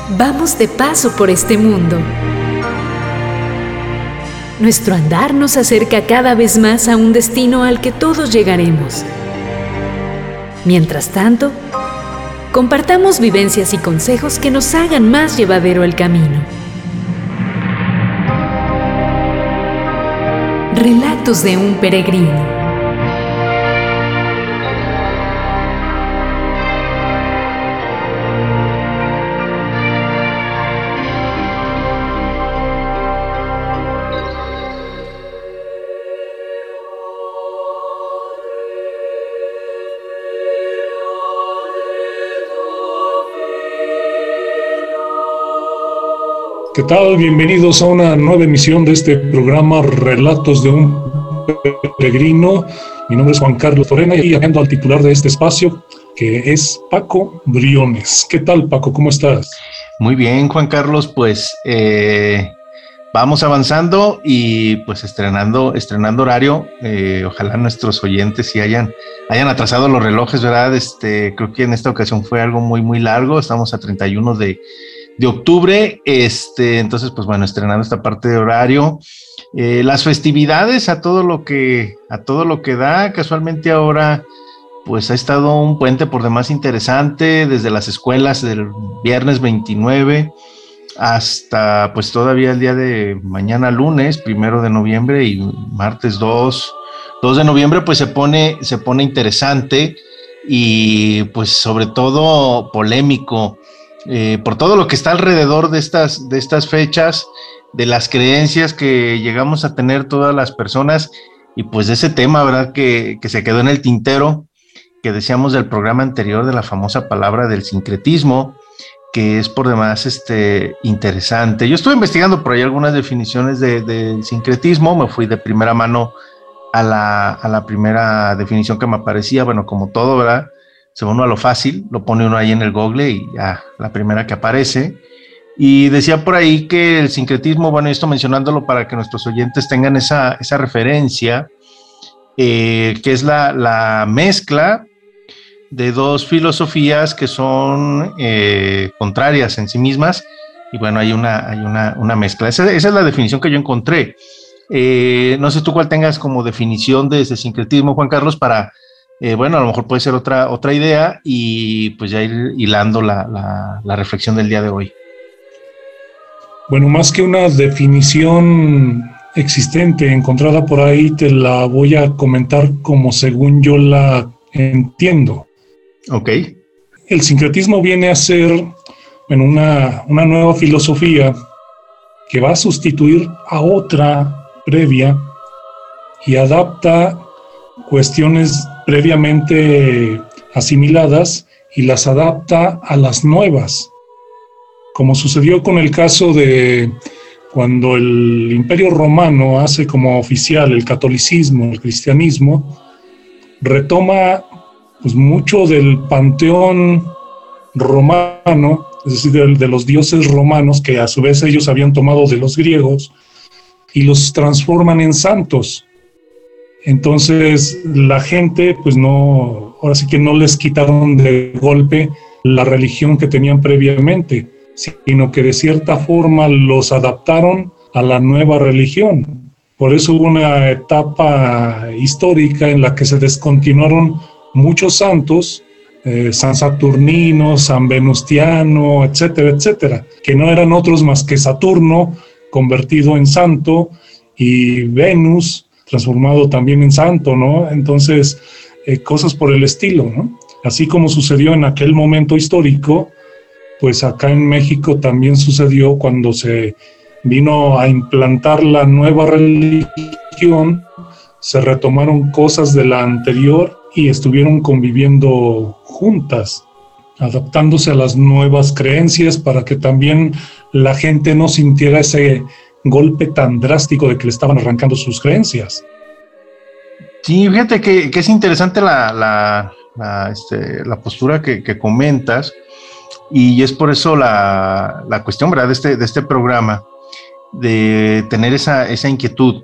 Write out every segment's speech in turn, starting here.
Vamos de paso por este mundo. Nuestro andar nos acerca cada vez más a un destino al que todos llegaremos. Mientras tanto, compartamos vivencias y consejos que nos hagan más llevadero el camino. Relatos de un peregrino. ¿Qué tal? Bienvenidos a una nueva emisión de este programa Relatos de un Peregrino. Mi nombre es Juan Carlos Torena y atiendo al titular de este espacio, que es Paco Briones. ¿Qué tal, Paco? ¿Cómo estás? Muy bien, Juan Carlos, pues vamos avanzando y pues estrenando horario. Ojalá nuestros oyentes sí hayan atrasado los relojes, ¿verdad? Creo que en esta ocasión fue algo muy largo. Estamos a 31 de octubre, entonces pues bueno, estrenando esta parte de horario, las festividades a todo lo que da. Casualmente ahora pues ha estado un puente por demás interesante, desde las escuelas del viernes 29 hasta pues todavía el día de mañana, lunes 1 de noviembre, y martes 2 de noviembre pues se pone interesante y pues sobre todo polémico. Por todo lo que está alrededor de estas fechas, de las creencias que llegamos a tener todas las personas, y pues de ese tema, ¿verdad?, que se quedó en el tintero, que decíamos del programa anterior, de la famosa palabra del sincretismo, que es por demás interesante. Yo estuve investigando por ahí algunas definiciones del sincretismo, me fui de primera mano a la primera definición que me aparecía, bueno, como todo, ¿verdad? Se va uno a lo fácil, lo pone uno ahí en el Google y ya, la primera que aparece. Y decía por ahí que el sincretismo, bueno, esto mencionándolo para que nuestros oyentes tengan esa referencia, que es la mezcla de dos filosofías que son contrarias en sí mismas, y bueno, hay una mezcla. Esa es la definición que yo encontré. No sé tú cuál tengas como definición de ese sincretismo, Juan Carlos, para... bueno, a lo mejor puede ser otra idea y pues ya ir hilando la reflexión del día de hoy. Bueno, más que una definición existente encontrada por ahí, te la voy a comentar como según yo la entiendo. Ok. El sincretismo viene a ser, bueno, una nueva filosofía que va a sustituir a otra previa y adapta cuestiones previamente asimiladas y las adapta a las nuevas, como sucedió con el caso de cuando el Imperio Romano hace como oficial el catolicismo, el cristianismo, retoma pues mucho del panteón romano, es decir, de los dioses romanos, que a su vez ellos habían tomado de los griegos, y los transforman en santos. Entonces la gente pues no, ahora sí que no les quitaron de golpe la religión que tenían previamente, sino que de cierta forma los adaptaron a la nueva religión. Por eso hubo una etapa histórica en la que se descontinuaron muchos santos, San Saturnino, San Venustiano, etcétera, etcétera, que no eran otros más que Saturno convertido en santo y Venus transformado también en santo, ¿no? Entonces, cosas por el estilo, ¿no? Así como sucedió en aquel momento histórico, pues acá en México también sucedió cuando se vino a implantar la nueva religión, se retomaron cosas de la anterior y estuvieron conviviendo juntas, adaptándose a las nuevas creencias para que también la gente no sintiera ese golpe tan drástico de que le estaban arrancando sus creencias. Sí, fíjate que es interesante la postura que comentas, y es por eso la cuestión, ¿verdad?, de este programa, de tener esa inquietud.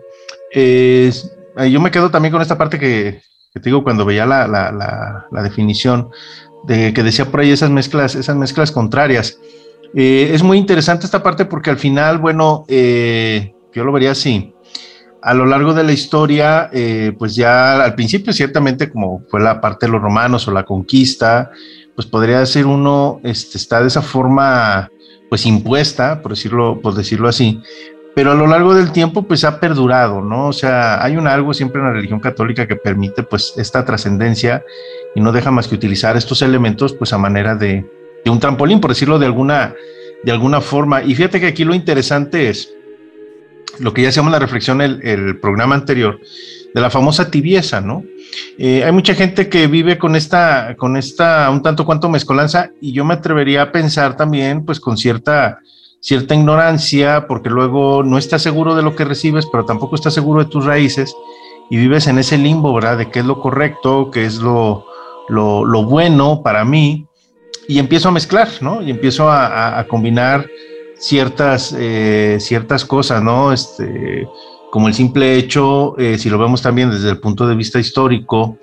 Yo me quedo también con esta parte que te digo cuando veía la definición, de que decía por ahí esas mezclas contrarias. Es muy interesante esta parte porque al final, bueno, yo lo vería así. A lo largo de la historia, pues ya al principio ciertamente como fue la parte de los romanos o la conquista, pues podría decir uno, está de esa forma pues impuesta, por decirlo así, pero a lo largo del tiempo pues ha perdurado, ¿no? O sea, hay algo siempre en la religión católica que permite pues esta trascendencia y no deja más que utilizar estos elementos pues a manera de un trampolín, por decirlo de alguna forma. Y fíjate que aquí lo interesante es lo que ya hacíamos la reflexión el programa anterior, de la famosa tibieza, ¿no? Hay mucha gente que vive con esta un tanto cuanto mezcolanza, y yo me atrevería a pensar también, pues con cierta ignorancia, porque luego no estás seguro de lo que recibes, pero tampoco estás seguro de tus raíces, y vives en ese limbo, ¿verdad? De qué es lo correcto, qué es lo bueno para mí, y empiezo a mezclar, ¿no? Y empiezo a combinar ciertas cosas, ¿no? Como el simple hecho, si lo vemos también desde el punto de vista histórico,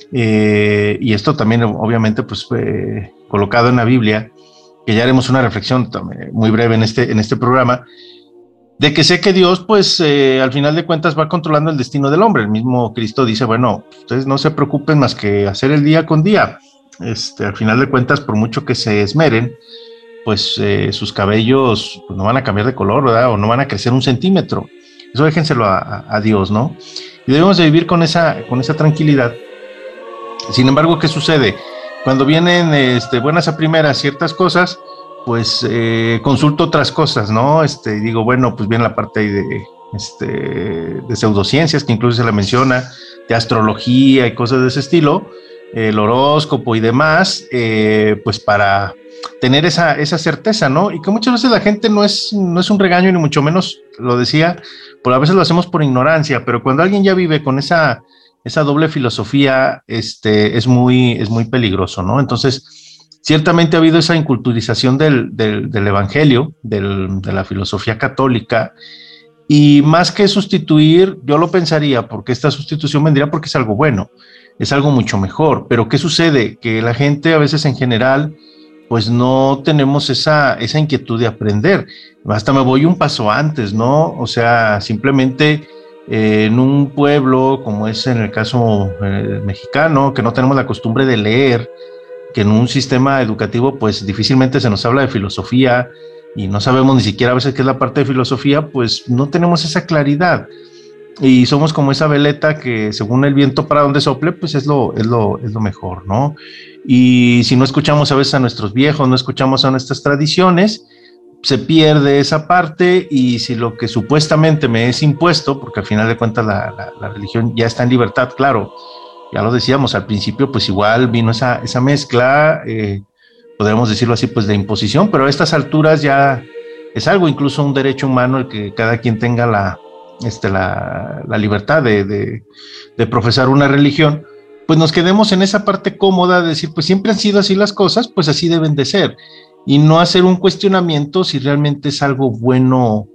y esto también obviamente pues colocado en la Biblia, que ya haremos una reflexión muy breve en este programa, de que sé que Dios pues al final de cuentas va controlando el destino del hombre. El mismo Cristo dice, bueno, ustedes no se preocupen más que hacer el día con día. Al final de cuentas, por mucho que se esmeren, pues sus cabellos pues, no van a cambiar de color, ¿verdad? O no van a crecer 1 centímetro. Eso déjenselo a Dios, ¿no? Y debemos de vivir con esa tranquilidad. Sin embargo, ¿qué sucede? Cuando vienen buenas a primeras ciertas cosas, pues consulto otras cosas, ¿no? Digo, bueno, pues viene la parte ahí de pseudociencias, que incluso se la menciona, de astrología y cosas de ese estilo, el horóscopo y demás, pues para tener esa certeza, ¿no? Y que muchas veces la gente no es un regaño, ni mucho menos lo decía, pero a veces lo hacemos por ignorancia, pero cuando alguien ya vive con esa doble filosofía, es muy peligroso, ¿no? Entonces, ciertamente ha habido esa inculturización del evangelio, de la filosofía católica, y más que sustituir, yo lo pensaría, porque esta sustitución vendría porque es algo bueno, es algo mucho mejor, pero ¿qué sucede? Que la gente a veces en general pues no tenemos esa inquietud de aprender. Hasta me voy un paso antes, ¿no? O sea, simplemente en un pueblo, como es en el caso mexicano, que no tenemos la costumbre de leer, que en un sistema educativo pues difícilmente se nos habla de filosofía y no sabemos ni siquiera a veces qué es la parte de filosofía, pues no tenemos esa claridad. Y somos como esa veleta que según el viento para donde sople, pues es lo mejor, ¿no? Y si no escuchamos a veces a nuestros viejos, no escuchamos a nuestras tradiciones, se pierde esa parte. Y si lo que supuestamente me es impuesto, porque al final de cuentas la religión ya está en libertad, claro, ya lo decíamos al principio, pues igual vino esa mezcla, podríamos decirlo así, pues de imposición, pero a estas alturas ya es algo, incluso un derecho humano, el que cada quien tenga la libertad de profesar una religión, pues nos quedemos en esa parte cómoda de decir, pues siempre han sido así las cosas, pues así deben de ser, y no hacer un cuestionamiento si realmente es algo bueno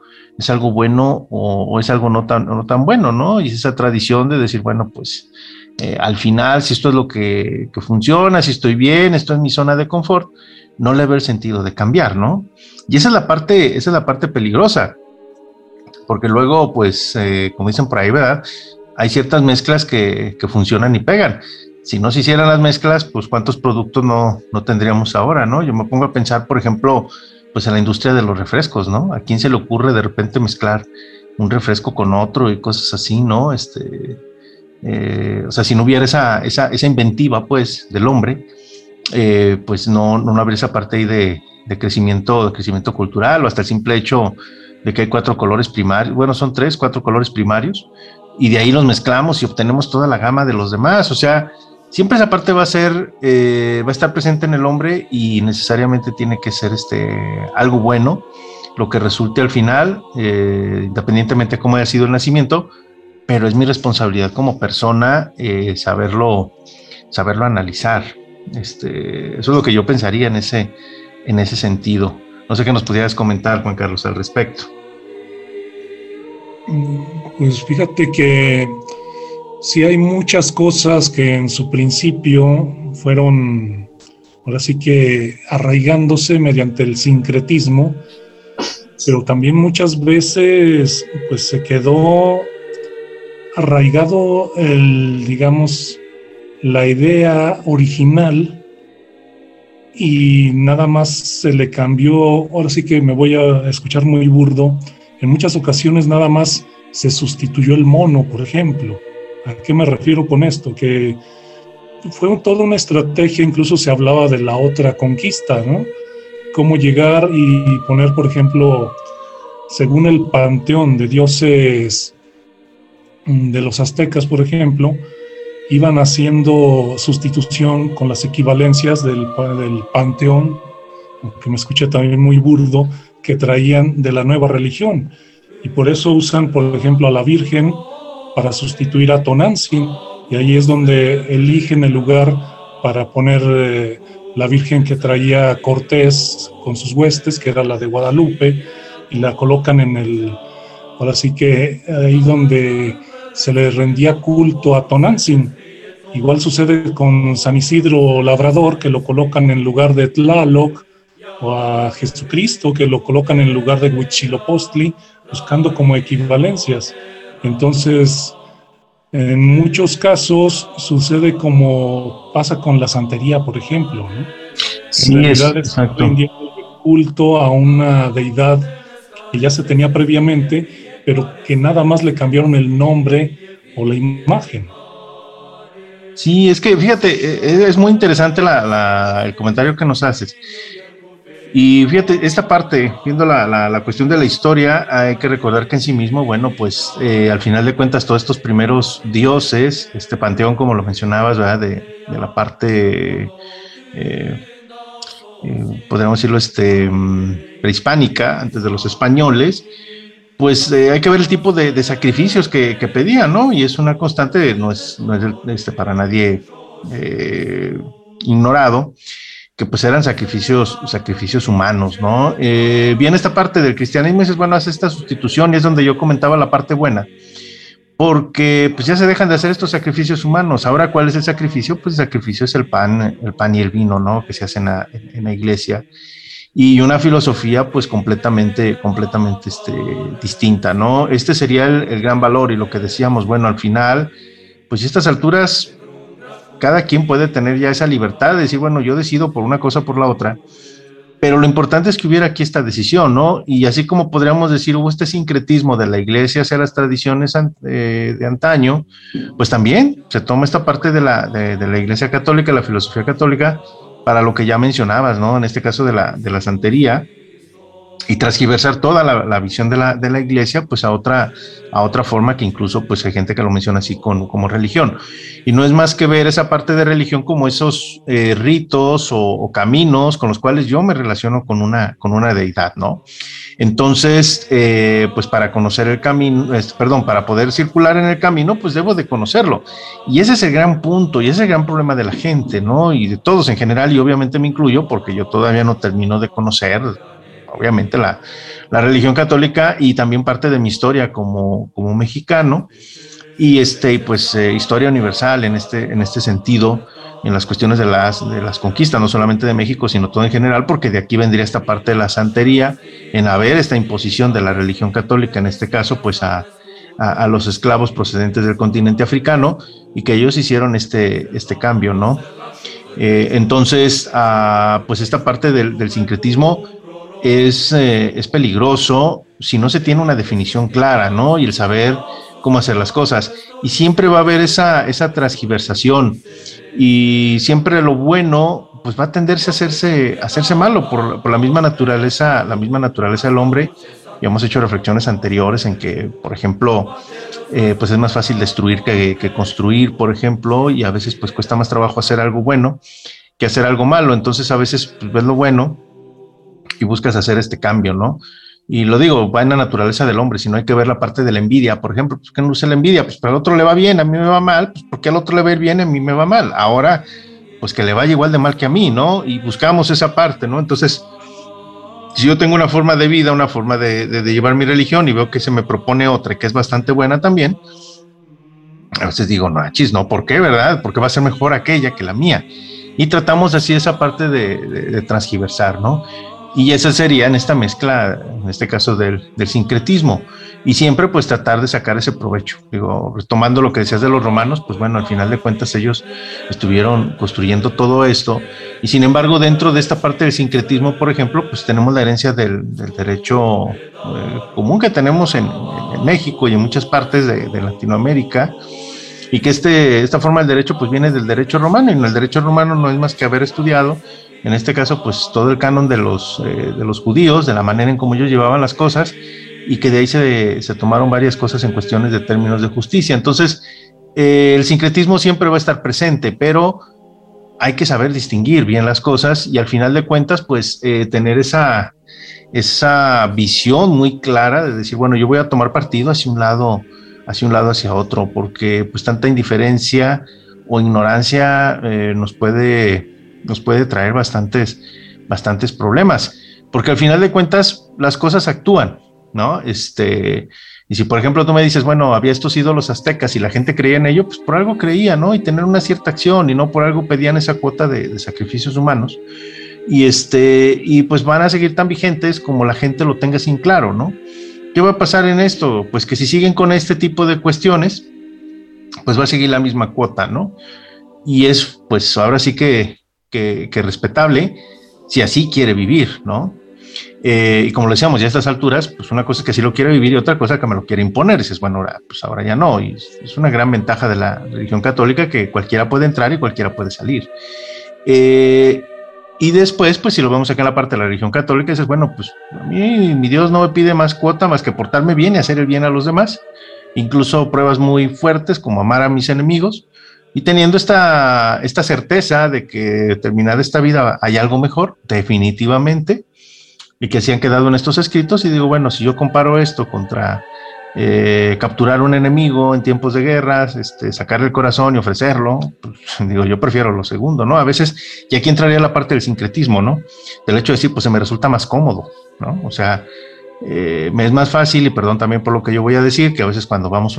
o es algo no tan bueno, ¿no? Y esa tradición de decir, bueno, pues al final, si esto es lo que funciona, si estoy bien, esto es mi zona de confort, no le veo el sentido de cambiar, ¿no? Y esa es la parte peligrosa, porque luego, pues, como dicen por ahí, ¿verdad? Hay ciertas mezclas que funcionan y pegan. Si no se hicieran las mezclas, pues cuántos productos no tendríamos ahora, ¿no? Yo me pongo a pensar, por ejemplo, pues en la industria de los refrescos, ¿no? ¿A quién se le ocurre de repente mezclar un refresco con otro y cosas así, ¿no? O sea, si no hubiera esa inventiva, pues, del hombre, pues no habría esa parte ahí de crecimiento cultural, o hasta el simple hecho de que hay 4 colores primarios, bueno, son 4 colores primarios, y de ahí los mezclamos y obtenemos toda la gama de los demás. O sea, siempre esa parte va a estar presente en el hombre, y necesariamente tiene que ser algo bueno, lo que resulte al final, independientemente de cómo haya sido el nacimiento, pero es mi responsabilidad como persona saberlo analizar. Eso es lo que yo pensaría en ese sentido. No sé qué nos pudieras comentar, Juan Carlos, al respecto. Pues fíjate que sí hay muchas cosas que en su principio fueron ahora sí que arraigándose mediante el sincretismo, pero también muchas veces pues se quedó arraigado digamos, la idea original y nada más se le cambió. Ahora sí que me voy a escuchar muy burdo, en muchas ocasiones nada más se sustituyó el mono, por ejemplo. ¿A qué me refiero con esto? Que fue toda una estrategia, incluso se hablaba de la otra conquista, ¿no? Cómo llegar y poner, por ejemplo, según el panteón de dioses de los aztecas, por ejemplo, iban haciendo sustitución con las equivalencias del panteón, aunque me escuché también muy burdo, que traían de la nueva religión. Y por eso usan, por ejemplo, a la Virgen para sustituir a Tonantzin, y ahí es donde eligen el lugar para poner la Virgen que traía Cortés con sus huestes, que era la de Guadalupe, y la colocan ahora sí que ahí donde se le rendía culto a Tonantzin. Igual sucede con San Isidro Labrador, que lo colocan en lugar de Tlaloc, o a Jesucristo, que lo colocan en lugar de Huitzilopochtli, buscando como equivalencias. Entonces, en muchos casos sucede como pasa con la santería, por ejemplo, ¿no? Sí, en realidad es rindiendo culto a una deidad que ya se tenía previamente, pero que nada más le cambiaron el nombre o la imagen. Sí, es que fíjate, es muy interesante el comentario que nos haces. Y fíjate, esta parte, viendo la cuestión de la historia, hay que recordar que en sí mismo, bueno, pues al final de cuentas, todos estos primeros dioses, este panteón, como lo mencionabas, ¿verdad? De la parte, podríamos decirlo, prehispánica, antes de los españoles, pues hay que ver el tipo de sacrificios que pedían, ¿no? Y es una constante, no es para nadie ignorado, que pues eran sacrificios humanos, ¿no? Viene esta parte del cristianismo y dices, bueno, hace esta sustitución, y es donde yo comentaba la parte buena, porque pues ya se dejan de hacer estos sacrificios humanos. Ahora, ¿cuál es el sacrificio? Pues el sacrificio es el pan y el vino, ¿no? Que se hacen en la iglesia, y una filosofía pues completamente distinta, ¿no? Este sería el gran valor, y lo que decíamos, bueno, al final, pues a estas alturas, cada quien puede tener ya esa libertad de decir, bueno, yo decido por una cosa o por la otra, pero lo importante es que hubiera aquí esta decisión, ¿no? Y así como podríamos decir, hubo este sincretismo de la iglesia hacia las tradiciones de antaño, pues también se toma esta parte de la iglesia católica, la filosofía católica, para lo que ya mencionabas, ¿no? En este caso de la santería, y transgiversar toda la visión de la iglesia pues a otra forma, que incluso pues hay gente que lo menciona así como religión, y no es más que ver esa parte de religión como esos ritos o caminos con los cuales yo me relaciono con una deidad, ¿no? Entonces, pues para conocer el camino, para poder circular en el camino, pues debo de conocerlo, y ese es el gran punto, y ese es el gran problema de la gente, ¿no? Y de todos en general, y obviamente me incluyo, porque yo todavía no termino de conocer obviamente la religión católica, y también parte de mi historia como mexicano, y pues historia universal en este sentido, en las cuestiones de las conquistas, no solamente de México, sino todo en general, porque de aquí vendría esta parte de la santería, en haber esta imposición de la religión católica, en este caso, pues a los esclavos procedentes del continente africano, y que ellos hicieron este cambio, ¿no? Entonces, pues esta parte del sincretismo es peligroso si no se tiene una definición clara, ¿no? Y el saber cómo hacer las cosas. Y siempre va a haber esa transgiversación, y siempre lo bueno pues va a tenderse a hacerse malo por la misma naturaleza del hombre. Y hemos hecho reflexiones anteriores en que, por ejemplo, pues es más fácil destruir que construir, por ejemplo, y a veces pues cuesta más trabajo hacer algo bueno que hacer algo malo. Entonces a veces pues, ves lo bueno y buscas hacer este cambio, ¿no? Y lo digo, va en la naturaleza del hombre, si no hay que ver la parte de la envidia, por ejemplo, pues que no use la envidia, pues para el otro le va bien, a mí me va mal, pues porque al otro le va a ir bien, a mí me va mal. Ahora, pues que le vaya igual de mal que a mí, ¿no? Y buscamos esa parte, ¿no? Entonces, si yo tengo una forma de vida, una forma de llevar mi religión, y veo que se me propone otra que es bastante buena también, a veces digo, no, chis, no, ¿por qué, verdad? Porque va a ser mejor aquella que la mía. y tratamos así esa parte de transgiversar, ¿no? Y esa sería en esta mezcla, en este caso del sincretismo, y siempre pues tratar de sacar ese provecho. Digo, retomando lo que decías de los romanos, pues bueno, al final de cuentas ellos estuvieron construyendo todo esto, y sin embargo dentro de esta parte del sincretismo, por ejemplo, pues tenemos la herencia del derecho común que tenemos en México y en muchas partes de Latinoamérica, y que esta forma del derecho pues viene del derecho romano, y en el derecho romano no es más que haber estudiado, en este caso pues todo el canon de los judíos, de la manera en cómo ellos llevaban las cosas, y que de ahí se tomaron varias cosas en cuestiones de términos de justicia. Entonces el sincretismo siempre va a estar presente, pero hay que saber distinguir bien las cosas, y al final de cuentas pues tener esa visión muy clara de decir, bueno, yo voy a tomar partido hacia un lado, hacia otro, porque pues tanta indiferencia o ignorancia nos puede traer bastantes problemas, porque al final de cuentas las cosas actúan, ¿no? Y si por ejemplo tú me dices, bueno, había estos ídolos aztecas y la gente creía en ello, pues por algo creía, ¿no? Y tener una cierta acción, y no por algo pedían esa cuota de sacrificios humanos, y pues van a seguir tan vigentes como la gente lo tenga sin claro, ¿no? ¿Qué va a pasar en esto? Pues que si siguen con este tipo de cuestiones, pues va a seguir la misma cuota, ¿no? Y es pues ahora sí que respetable si así quiere vivir, ¿no? Y como lo decíamos, ya a estas alturas, pues una cosa es que sí lo quiere vivir y otra cosa que me lo quiere imponer. Y dices, bueno, ahora ya no. Y es una gran ventaja de la religión católica, que cualquiera puede entrar y cualquiera puede salir. Y después, pues si lo vemos acá en la parte de la religión católica, dices, bueno, pues a mí mi Dios no me pide más cuota más que portarme bien y hacer el bien a los demás. Incluso pruebas muy fuertes como amar a mis enemigos. Y teniendo esta certeza de que terminada esta vida hay algo mejor, definitivamente, y que se han quedado en estos escritos, y digo, bueno, si yo comparo esto contra capturar un enemigo en tiempos de guerras, sacarle el corazón y ofrecerlo, pues digo, yo prefiero lo segundo, ¿no? A veces, y aquí entraría la parte del sincretismo, ¿no? Del hecho de decir, pues se me resulta más cómodo, ¿no? O sea, me es más fácil, y perdón también por lo que yo voy a decir, que a veces cuando vamos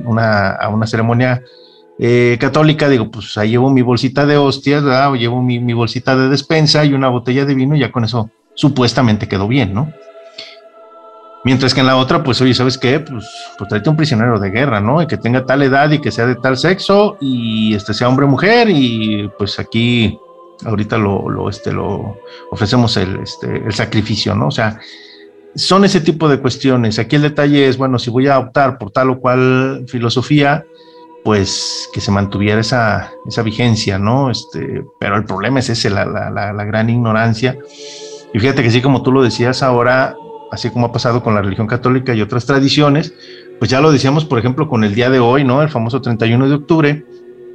a una ceremonia católica, digo, pues ahí llevo mi bolsita de hostias, ¿verdad? O llevo mi bolsita de despensa y una botella de vino, y ya con eso supuestamente quedó bien, ¿no? Mientras que en la otra, pues, oye, ¿sabes qué? Pues tráete un prisionero de guerra, ¿no? Y que tenga tal edad y que sea de tal sexo, y sea hombre o mujer, y pues aquí ahorita lo ofrecemos el sacrificio, ¿no? O sea, son ese tipo de cuestiones. Aquí el detalle es, bueno, si voy a optar por tal o cual filosofía, pues que se mantuviera esa vigencia, ¿no? Pero el problema es ese, la gran ignorancia. Y fíjate que sí, como tú lo decías ahora, así como ha pasado con la religión católica y otras tradiciones, pues ya lo decíamos, por ejemplo, con el día de hoy, ¿no? El famoso 31 de octubre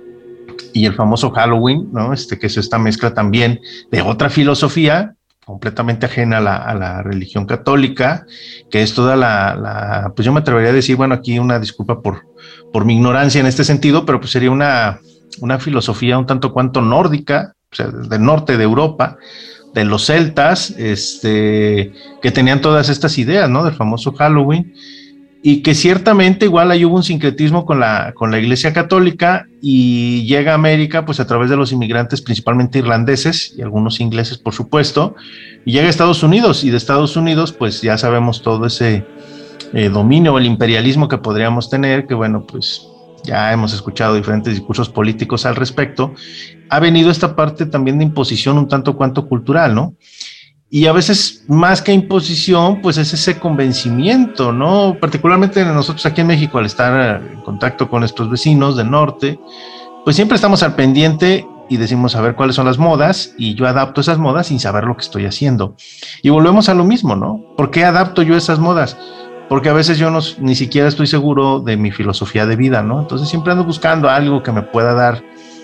y el famoso Halloween, ¿no? Que es esta mezcla también de otra filosofía completamente ajena a la religión católica, que es toda pues yo me atrevería a decir, bueno, aquí una disculpa por mi ignorancia en este sentido, pero pues sería una filosofía un tanto cuanto nórdica, o sea, del norte de Europa, de los celtas, que tenían todas estas ideas, ¿no? Del famoso Halloween, y que ciertamente igual ahí hubo un sincretismo con la Iglesia Católica, y llega a América pues a través de los inmigrantes principalmente irlandeses y algunos ingleses, por supuesto, y llega a Estados Unidos, y de Estados Unidos pues ya sabemos todo ese dominio, el imperialismo que podríamos tener, que bueno, pues ya hemos escuchado diferentes discursos políticos al respecto. Ha venido esta parte también de imposición un tanto cuanto cultural, ¿no? Y a veces más que imposición, pues es ese convencimiento, ¿no? Particularmente nosotros aquí en México, al estar en contacto con nuestros vecinos del norte, pues siempre estamos al pendiente y decimos a ver cuáles son las modas, y yo adapto esas modas sin saber lo que estoy haciendo. Y volvemos a lo mismo, ¿no? ¿Por qué adapto yo esas modas? Porque a veces yo ni siquiera estoy seguro de mi filosofía de vida, ¿no? Entonces siempre ando buscando algo que me pueda dar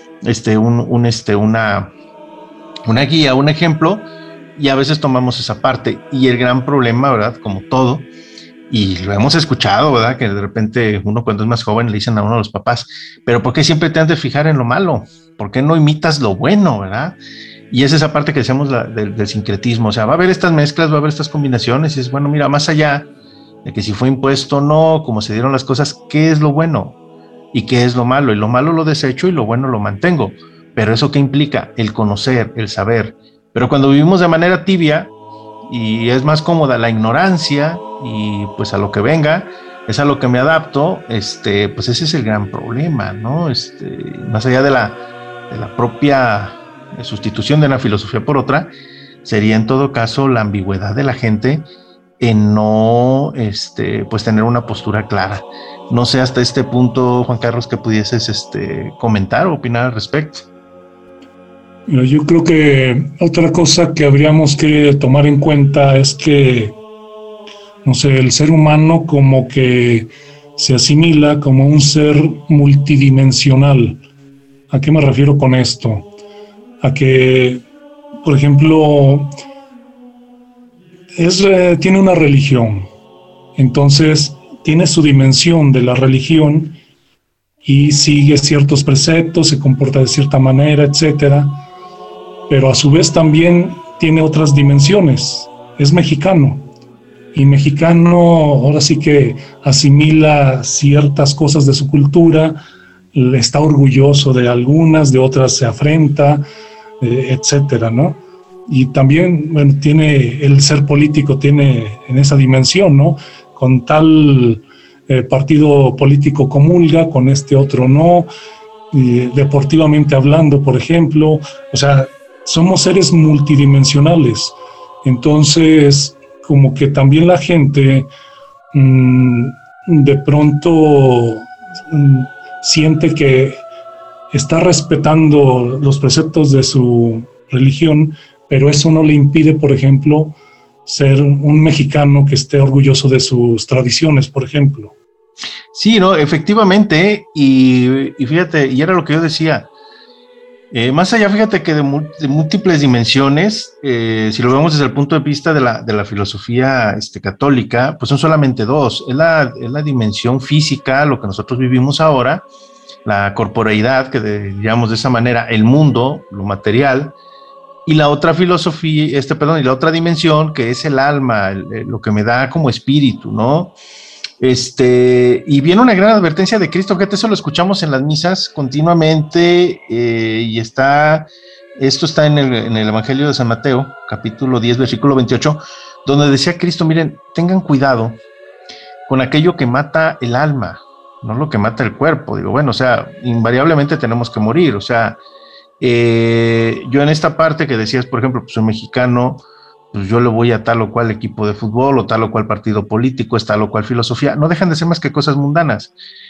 una guía, un ejemplo, y a veces tomamos esa parte. Y el gran problema, ¿verdad? Como todo, y lo hemos escuchado, ¿verdad? Que de repente uno cuando es más joven le dicen a uno de los papás, pero ¿por qué siempre te has de fijar en lo malo? ¿Por qué no imitas lo bueno, verdad? Y es esa parte que decíamos del sincretismo. O sea, va a haber estas mezclas, va a haber estas combinaciones, y es, bueno, mira, más allá de que si fue impuesto o no, cómo se dieron las cosas, ¿qué es lo bueno? ¿Y qué es lo malo? Y lo malo lo desecho y lo bueno lo mantengo. Pero ¿eso qué implica? El conocer, el saber. Pero cuando vivimos de manera tibia y es más cómoda la ignorancia y pues a lo que venga, es a lo que me adapto, pues ese es el gran problema, ¿no? Más allá de la propia sustitución de una filosofía por otra, sería en todo caso la ambigüedad de la gente en no, pues tener una postura clara. No sé hasta este punto, Juan Carlos, que pudieses comentar o opinar al respecto. Yo creo que otra cosa que habríamos que tomar en cuenta es que, no sé, el ser humano como que se asimila como un ser multidimensional. ¿A qué me refiero con esto? A que, por ejemplo, tiene una religión, entonces tiene su dimensión de la religión y sigue ciertos preceptos, se comporta de cierta manera, etcétera, pero a su vez también tiene otras dimensiones. Es mexicano, y mexicano ahora sí que asimila ciertas cosas de su cultura, está orgulloso de algunas, de otras se afrenta, etcétera, ¿no? Y también, bueno, tiene el ser político, tiene en esa dimensión, ¿no? Con tal partido político comulga, con este otro no, deportivamente hablando, por ejemplo, o sea, somos seres multidimensionales. Entonces, como que también la gente de pronto siente que está respetando los preceptos de su religión, pero eso no le impide, por ejemplo, ser un mexicano que esté orgulloso de sus tradiciones, por ejemplo. Sí, no, efectivamente, y fíjate, y era lo que yo decía, más allá, fíjate que de múltiples dimensiones, si lo vemos desde el punto de vista de la filosofía católica, pues son solamente dos. Es la dimensión física, lo que nosotros vivimos ahora, la corporeidad, que digamos de esa manera, el mundo, lo material, y la otra filosofía, y la otra dimensión, que es el alma, lo que me da como espíritu, ¿no? Y viene una gran advertencia de Cristo, fíjate, eso lo escuchamos en las misas continuamente, y esto está en el Evangelio de San Mateo, capítulo 10, versículo 28, donde decía Cristo, miren, tengan cuidado con aquello que mata el alma, no lo que mata el cuerpo. Digo, bueno, o sea, invariablemente tenemos que morir, o sea, yo en esta parte que decías, por ejemplo, pues soy mexicano, pues yo le voy a tal o cual equipo de fútbol o tal o cual partido político, es tal o cual filosofía, no dejan de ser más que cosas mundanas.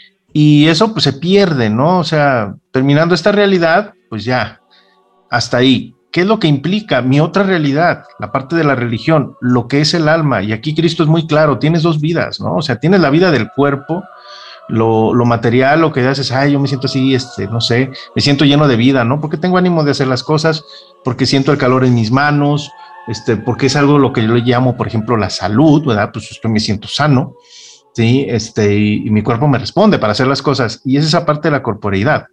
Y eso pues se pierde, ¿no? O sea, terminando esta realidad, pues ya, hasta ahí. ¿Qué es lo que implica mi otra realidad? La parte de la religión, lo que es el alma. Y aquí Cristo es muy claro, tienes dos vidas, ¿no? O sea, tienes la vida del cuerpo, lo material, lo que haces, yo me siento así, no sé, me siento lleno de vida, ¿no? Porque tengo ánimo de hacer las cosas, porque siento el calor en mis manos, porque es algo lo que yo le llamo, por ejemplo, la salud, ¿verdad? Pues me siento sano, ¿sí? Y mi cuerpo me responde para hacer las cosas, y es esa parte de la corporeidad.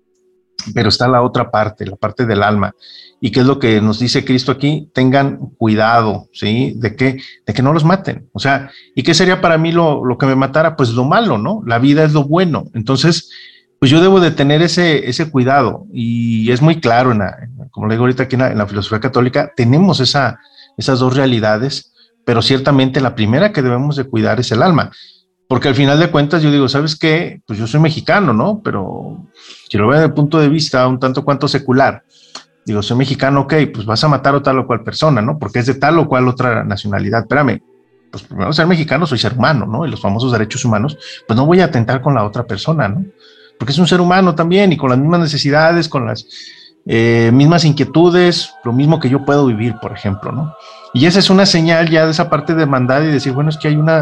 Pero está la otra parte, la parte del alma. ¿Y qué es lo que nos dice Cristo aquí? Tengan cuidado, ¿sí? De que no los maten. O sea, ¿y qué sería para mí lo que me matara? Pues lo malo, ¿no? La vida es lo bueno. Entonces, pues yo debo de tener ese cuidado. Y es muy claro, como le digo ahorita aquí en la filosofía católica, tenemos esas dos realidades, pero ciertamente la primera que debemos de cuidar es el alma. Porque al final de cuentas yo digo, ¿sabes qué? Pues yo soy mexicano, ¿no? Pero si lo veo desde el punto de vista un tanto cuanto secular, digo, soy mexicano, ok, pues vas a matar a tal o cual persona, ¿no? Porque es de tal o cual otra nacionalidad. Espérame, pues primero ser mexicano, soy ser humano, ¿no? Y los famosos derechos humanos, pues no voy a atentar con la otra persona, ¿no? Porque es un ser humano también y con las mismas necesidades, con las mismas inquietudes, lo mismo que yo puedo vivir, por ejemplo, ¿no? Y esa es una señal ya de esa parte de hermandad y decir, bueno, es que hay una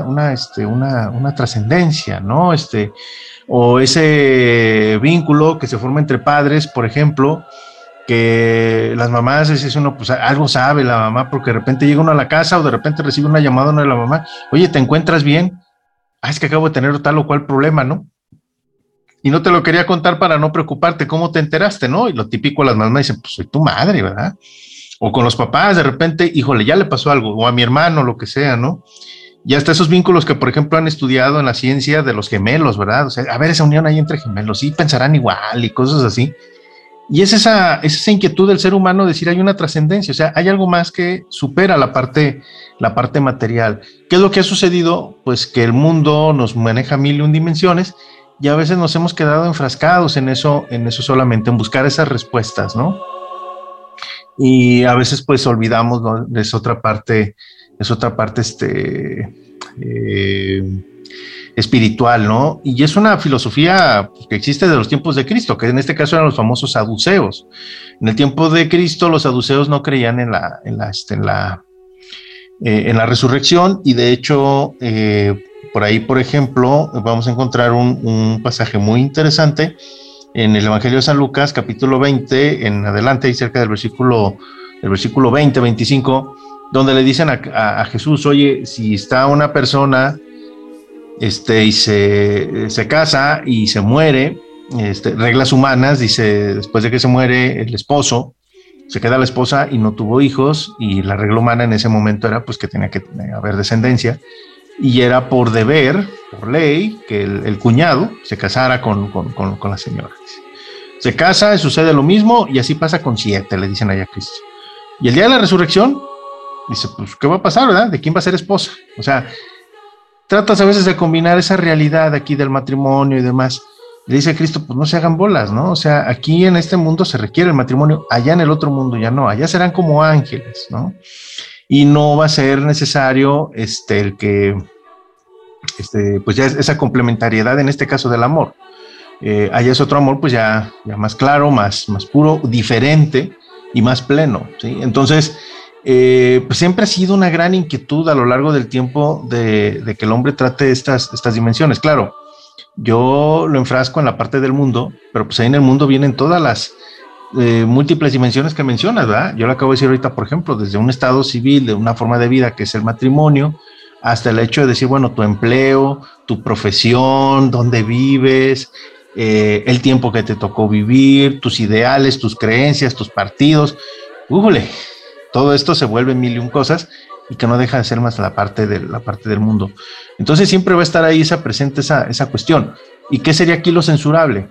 trascendencia, ¿no? O ese vínculo que se forma entre padres, por ejemplo, que las mamás, uno, pues algo sabe la mamá, porque de repente llega uno a la casa o de repente recibe una llamada de la mamá, oye, ¿te encuentras bien? Es que acabo de tener tal o cual problema, ¿no? Y no te lo quería contar para no preocuparte, ¿cómo te enteraste, no? Y lo típico, las mamás dicen, pues soy tu madre, ¿verdad? O con los papás, de repente, híjole, ya le pasó algo, o a mi hermano, lo que sea, ¿no? Y hasta esos vínculos que, por ejemplo, han estudiado en la ciencia de los gemelos, ¿verdad? O sea, a ver, esa unión ahí entre gemelos, sí pensarán igual y cosas así. Y es esa inquietud del ser humano de decir hay una trascendencia, o sea, hay algo más que supera la parte material. ¿Qué es lo que ha sucedido? Pues que el mundo nos maneja 1001 dimensiones y a veces nos hemos quedado enfrascados en eso solamente, en buscar esas respuestas, ¿no? Y a veces pues olvidamos, ¿no? Es otra parte espiritual, ¿no? Y es una filosofía que existe desde los tiempos de Cristo, que en este caso eran los famosos saduceos. En el tiempo de Cristo, los saduceos no creían en la resurrección, y de hecho, por ahí, por ejemplo, vamos a encontrar un pasaje muy interesante en el Evangelio de San Lucas, capítulo 20, en adelante, ahí cerca del versículo 20, 25, donde le dicen a Jesús: oye, si está una persona y se casa y se muere, reglas humanas, dice, después de que se muere el esposo, se queda la esposa y no tuvo hijos, y la regla humana en ese momento era pues que tenía que haber descendencia, y era por deber, por ley, que el cuñado se casara con la señora. Se casa y sucede lo mismo, y así pasa con 7, le dicen allá a Cristo. Y el día de la resurrección, dice, pues, ¿qué va a pasar, verdad? ¿De quién va a ser esposa? O sea, tratas a veces de combinar esa realidad aquí del matrimonio y demás. Le dice Cristo, pues no se hagan bolas, ¿no? O sea, aquí en este mundo se requiere el matrimonio, allá en el otro mundo ya no, allá serán como ángeles, ¿no? Y no va a ser necesario el que, pues ya esa complementariedad en este caso del amor. Allá es otro amor, pues ya más claro, más puro, diferente y más pleno, ¿sí? Entonces, pues siempre ha sido una gran inquietud a lo largo del tiempo de que el hombre trate estas dimensiones. Claro, yo lo enfrasco en la parte del mundo, pero pues ahí en el mundo vienen todas las múltiples dimensiones que mencionas, ¿verdad? Yo lo acabo de decir ahorita, por ejemplo, desde un estado civil, de una forma de vida que es el matrimonio, hasta el hecho de decir, bueno, tu empleo, tu profesión, dónde vives, el tiempo que te tocó vivir, tus ideales, tus creencias, tus partidos. Todo esto se vuelve 1001 cosas, y que no deja de ser más la parte del mundo. Entonces siempre va a estar ahí presente esa cuestión. ¿Y qué sería aquí lo censurable?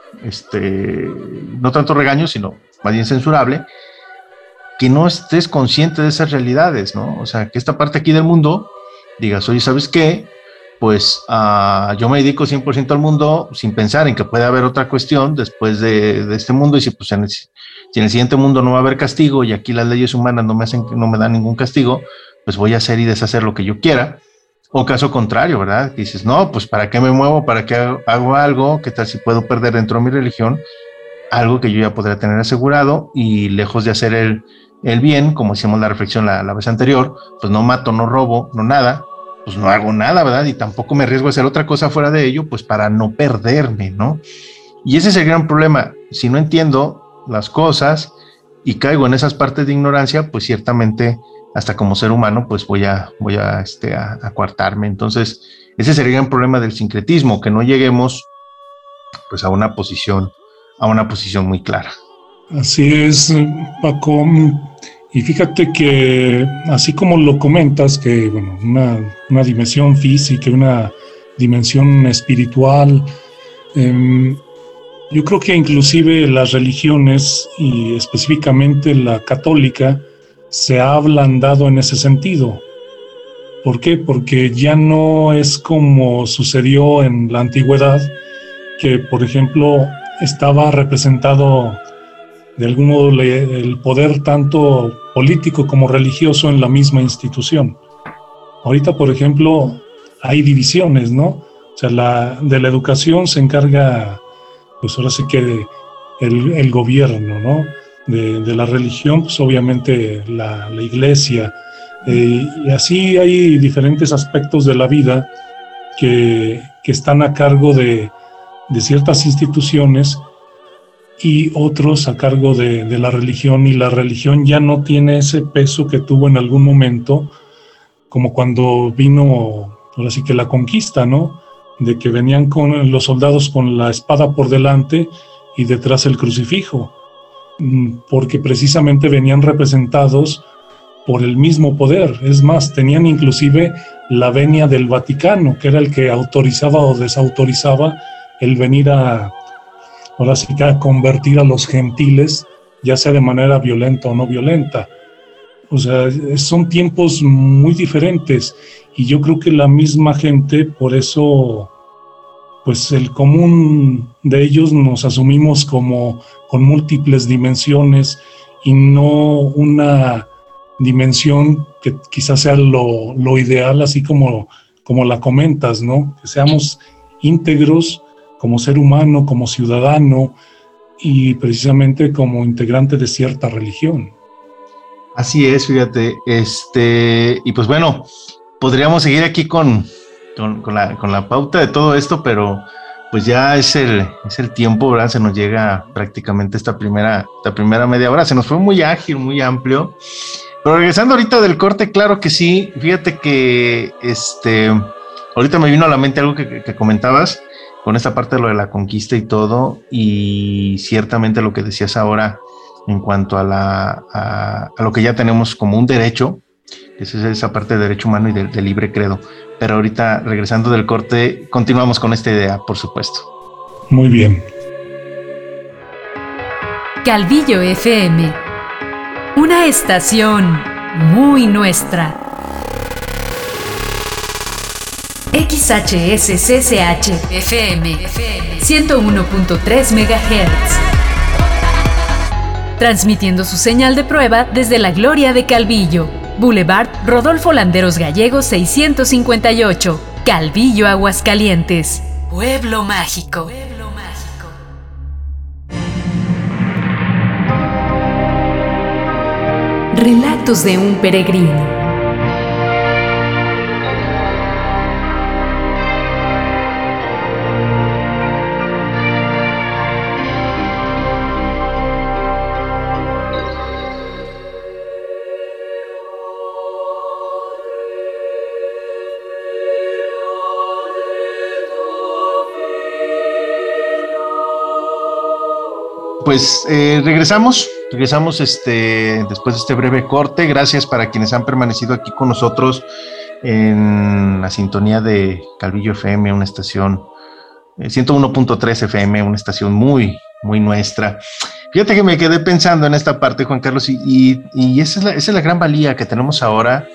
No tanto regaño, sino más bien censurable, que no estés consciente de esas realidades, ¿no? O sea, que esta parte aquí del mundo digas, oye, ¿sabes qué? Pues yo me dedico 100% al mundo sin pensar en que puede haber otra cuestión después de este mundo, y si pues si en el siguiente mundo no va a haber castigo y aquí las leyes humanas no me dan ningún castigo, pues voy a hacer y deshacer lo que yo quiera. O caso contrario, ¿verdad? Que dices, no, pues ¿para qué me muevo? ¿Para qué hago algo? ¿Qué tal si puedo perder dentro de mi religión algo que yo ya podría tener asegurado? Y lejos de hacer el bien, como hicimos la reflexión la vez anterior, pues no mato, no robo, no nada, pues no hago nada, ¿verdad? Y tampoco me arriesgo a hacer otra cosa fuera de ello, pues para no perderme, ¿no? Y ese es el gran problema. Si no entiendo las cosas y caigo en esas partes de ignorancia, pues ciertamente hasta como ser humano pues voy a coartarme. Entonces ese sería el gran problema del sincretismo, que no lleguemos pues a una posición muy clara. Así es, Paco. Y fíjate que así como lo comentas, que bueno, una dimensión física, una dimensión espiritual, yo creo que inclusive las religiones, y específicamente la católica, se ha ablandado en ese sentido. ¿Por qué? Porque ya no es como sucedió en la antigüedad, que por ejemplo estaba representado de algún modo el poder tanto político como religioso en la misma institución. Ahorita, por ejemplo, hay divisiones, ¿no? O sea, de la educación se encarga, pues ahora sí que el gobierno, ¿no? De la religión, pues obviamente la iglesia. Y así hay diferentes aspectos de la vida que están a cargo de ciertas instituciones, y otros a cargo de la religión, y la religión ya no tiene ese peso que tuvo en algún momento, como cuando vino, ahora sí que la conquista, ¿no? De que venían con los soldados con la espada por delante y detrás el crucifijo, porque precisamente venían representados por el mismo poder. Es más, tenían inclusive la venia del Vaticano, que era el que autorizaba o desautorizaba el venir a ahora sí que a convertir a los gentiles, ya sea de manera violenta o no violenta. O sea, son tiempos muy diferentes y yo creo que la misma gente, por eso, pues el común de ellos nos asumimos como con múltiples dimensiones y no una dimensión que quizás sea lo ideal, así como la comentas, ¿no? Que seamos íntegros como ser humano, como ciudadano y precisamente como integrante de cierta religión. Así es, fíjate, y pues bueno, podríamos seguir aquí con la pauta de todo esto, pero pues ya es el tiempo, ¿verdad? Se nos llega prácticamente esta primera media hora, se nos fue muy ágil, muy amplio, pero regresando ahorita del corte, claro que sí, fíjate que ahorita me vino a la mente algo que comentabas con esta parte de lo de la conquista y todo, y ciertamente lo que decías ahora en cuanto a lo que ya tenemos como un derecho, esa parte de derecho humano y de libre credo. Pero ahorita, regresando del corte, continuamos con esta idea, por supuesto. Muy bien. Calvillo FM, una estación muy nuestra. XHSCCH FM 101.3 MHz. Transmitiendo su señal de prueba desde la gloria de Calvillo, Boulevard Rodolfo Landeros Gallegos 658, Calvillo, Aguascalientes. Pueblo mágico. Relatos de un peregrino. Pues regresamos después de este breve corte. Gracias para quienes han permanecido aquí con nosotros en la sintonía de Calvillo FM, una estación 101.3 FM, una estación muy, muy nuestra. Fíjate que me quedé pensando en esta parte, Juan Carlos, y esa es la gran valía que tenemos ahora,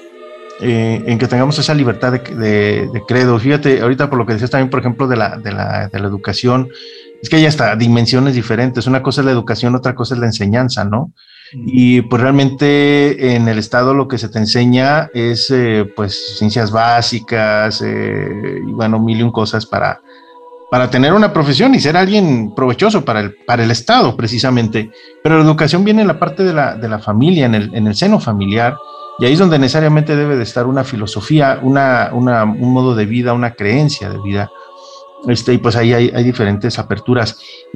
en que tengamos esa libertad de credo. Fíjate, ahorita por lo que decías también, por ejemplo, de la educación, es que hay hasta dimensiones diferentes. Una cosa es la educación, otra cosa es la enseñanza, ¿no? Y pues realmente en el Estado lo que se te enseña es pues ciencias básicas, y bueno, mil y un cosas para tener una profesión y ser alguien provechoso para el Estado, precisamente. Pero la educación viene en la parte de la familia, en el seno familiar, y ahí es donde necesariamente debe de estar una filosofía, un modo de vida, una creencia de vida. Y pues ahí hay diferentes aperturas.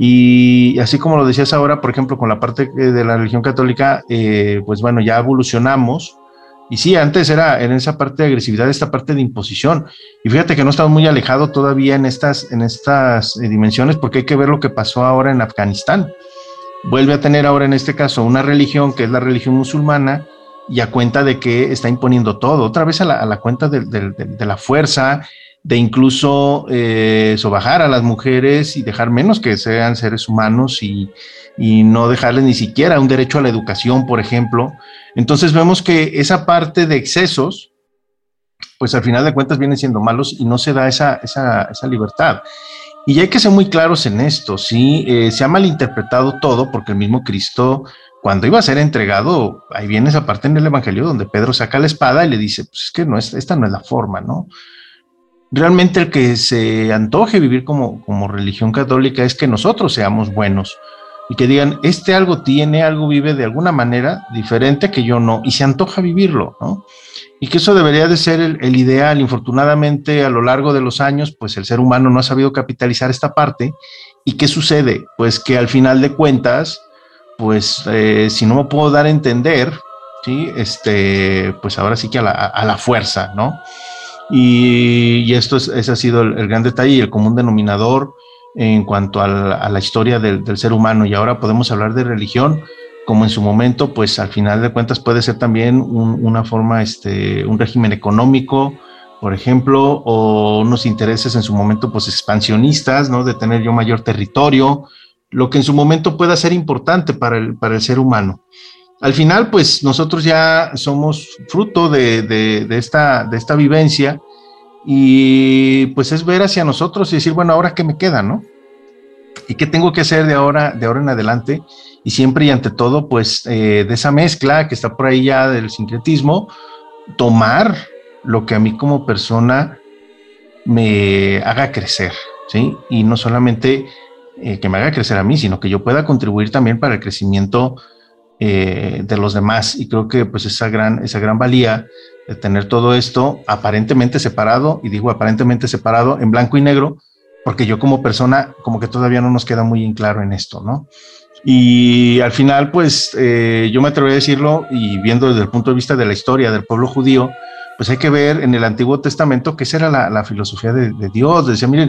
Y así como lo decías ahora, por ejemplo, con la parte de la religión católica, pues bueno, ya evolucionamos. Y sí, antes era en esa parte de agresividad, esta parte de imposición. Y fíjate que no estamos muy alejados todavía en estas dimensiones, porque hay que ver lo que pasó ahora en Afganistán. Vuelve a tener ahora en este caso una religión que es la religión musulmana, y a cuenta de que está imponiendo todo, otra vez a la cuenta de la fuerza, de incluso sobajar a las mujeres y dejar menos que sean seres humanos y no dejarles ni siquiera un derecho a la educación, por ejemplo. Entonces vemos que esa parte de excesos, pues al final de cuentas vienen siendo malos y no se da esa libertad. Y hay que ser muy claros en esto, ¿sí? Se ha malinterpretado todo porque el mismo Cristo, cuando iba a ser entregado, ahí viene esa parte en el Evangelio donde Pedro saca la espada y le dice, pues es que esta no es la forma, ¿no? Realmente el que se antoje vivir como religión católica es que nosotros seamos buenos y que digan, algo vive de alguna manera diferente que yo no, y se antoja vivirlo, ¿no? Y que eso debería de ser el ideal. Infortunadamente, a lo largo de los años, pues el ser humano no ha sabido capitalizar esta parte. ¿Y qué sucede? Pues que al final de cuentas, pues si no me puedo dar a entender, ¿sí? Pues ahora sí que a la fuerza, ¿no? Y ese ha sido el gran detalle y el común denominador en cuanto a la historia del ser humano. Y ahora podemos hablar de religión como en su momento, pues al final de cuentas puede ser también una forma, un régimen económico, por ejemplo, o unos intereses en su momento pues expansionistas, ¿no? De tener yo mayor territorio, lo que en su momento pueda ser importante para el ser humano. Al final, pues nosotros ya somos fruto de esta vivencia, y pues es ver hacia nosotros y decir, bueno, ¿ahora qué me queda, no? ¿Y qué tengo que hacer de ahora en adelante? Y siempre y ante todo, pues de esa mezcla que está por ahí ya del sincretismo, tomar lo que a mí como persona me haga crecer, ¿sí? Y no solamente que me haga crecer a mí, sino que yo pueda contribuir también para el crecimiento de los demás. Y creo que pues esa gran valía de tener todo esto aparentemente separado, y digo aparentemente separado en blanco y negro, porque yo como persona como que todavía no nos queda muy en claro en esto, ¿no? Y al final pues yo me atrevo a decirlo, y viendo desde el punto de vista de la historia del pueblo judío, pues hay que ver en el Antiguo Testamento que esa era la filosofía de Dios. Decía, miren,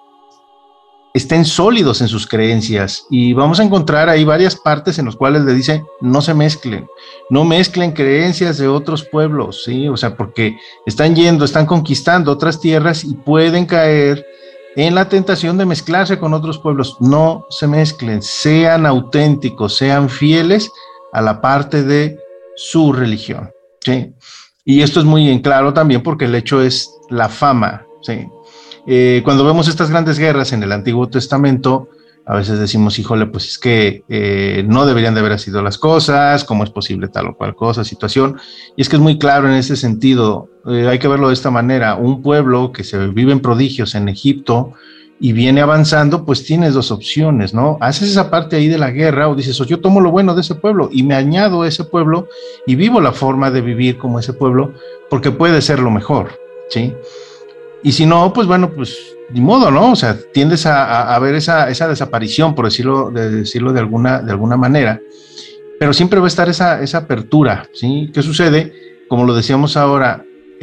estén sólidos en sus creencias, y vamos a encontrar ahí varias partes en las cuales le dice, no se mezclen, no mezclen creencias de otros pueblos, ¿sí? O sea, porque están conquistando otras tierras y pueden caer en la tentación de mezclarse con otros pueblos. No se mezclen, sean auténticos, sean fieles a la parte de su religión, ¿sí? Y esto es muy en claro también porque el hecho es la fama, ¿sí? Cuando vemos estas grandes guerras en el Antiguo Testamento, a veces decimos, híjole, pues es que no deberían de haber sido las cosas, cómo es posible tal o cual cosa, situación, y es que es muy claro en ese sentido. Hay que verlo de esta manera: un pueblo que se vive en prodigios en Egipto y viene avanzando, pues tienes dos opciones, ¿no? Haces esa parte ahí de la guerra, o dices, yo tomo lo bueno de ese pueblo y me añado a ese pueblo y vivo la forma de vivir como ese pueblo, porque puede ser lo mejor, ¿sí? Y si no, pues bueno, pues ni modo, ¿no? O sea, tiendes a ver esa desaparición, por decirlo de alguna manera, pero siempre va a estar esa apertura, ¿sí? ¿Qué sucede? Como lo decíamos ahora,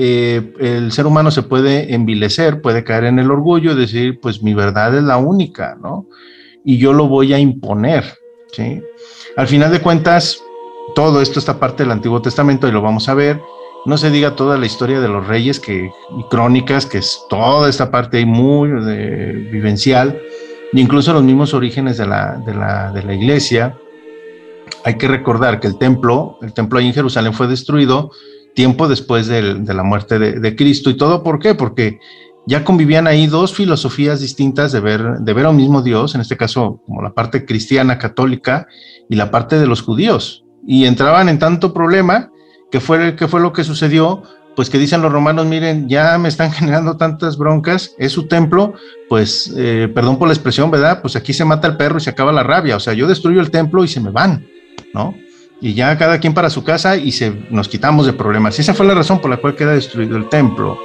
el ser humano se puede envilecer, puede caer en el orgullo y decir, pues mi verdad es la única, ¿no? Y yo lo voy a imponer, ¿sí? Al final de cuentas, todo esto está parte del Antiguo Testamento y lo vamos a ver. No se diga toda la historia de los reyes y crónicas, que es toda esta parte ahí muy vivencial, e incluso los mismos orígenes de la iglesia. Hay que recordar que el templo ahí en Jerusalén fue destruido tiempo después de la muerte de Cristo. ¿Y todo por qué? Porque ya convivían ahí dos filosofías distintas de ver a un mismo Dios, en este caso como la parte cristiana católica y la parte de los judíos, y entraban en tanto problema. ¿Qué fue lo que sucedió? Pues que dicen los romanos, miren, ya me están generando tantas broncas, es su templo, pues, perdón por la expresión, ¿verdad? Pues aquí se mata el perro y se acaba la rabia. O sea, yo destruyo el templo y se me van, ¿no? Y ya cada quien para su casa y nos quitamos de problemas. Y esa fue la razón por la cual queda destruido el templo.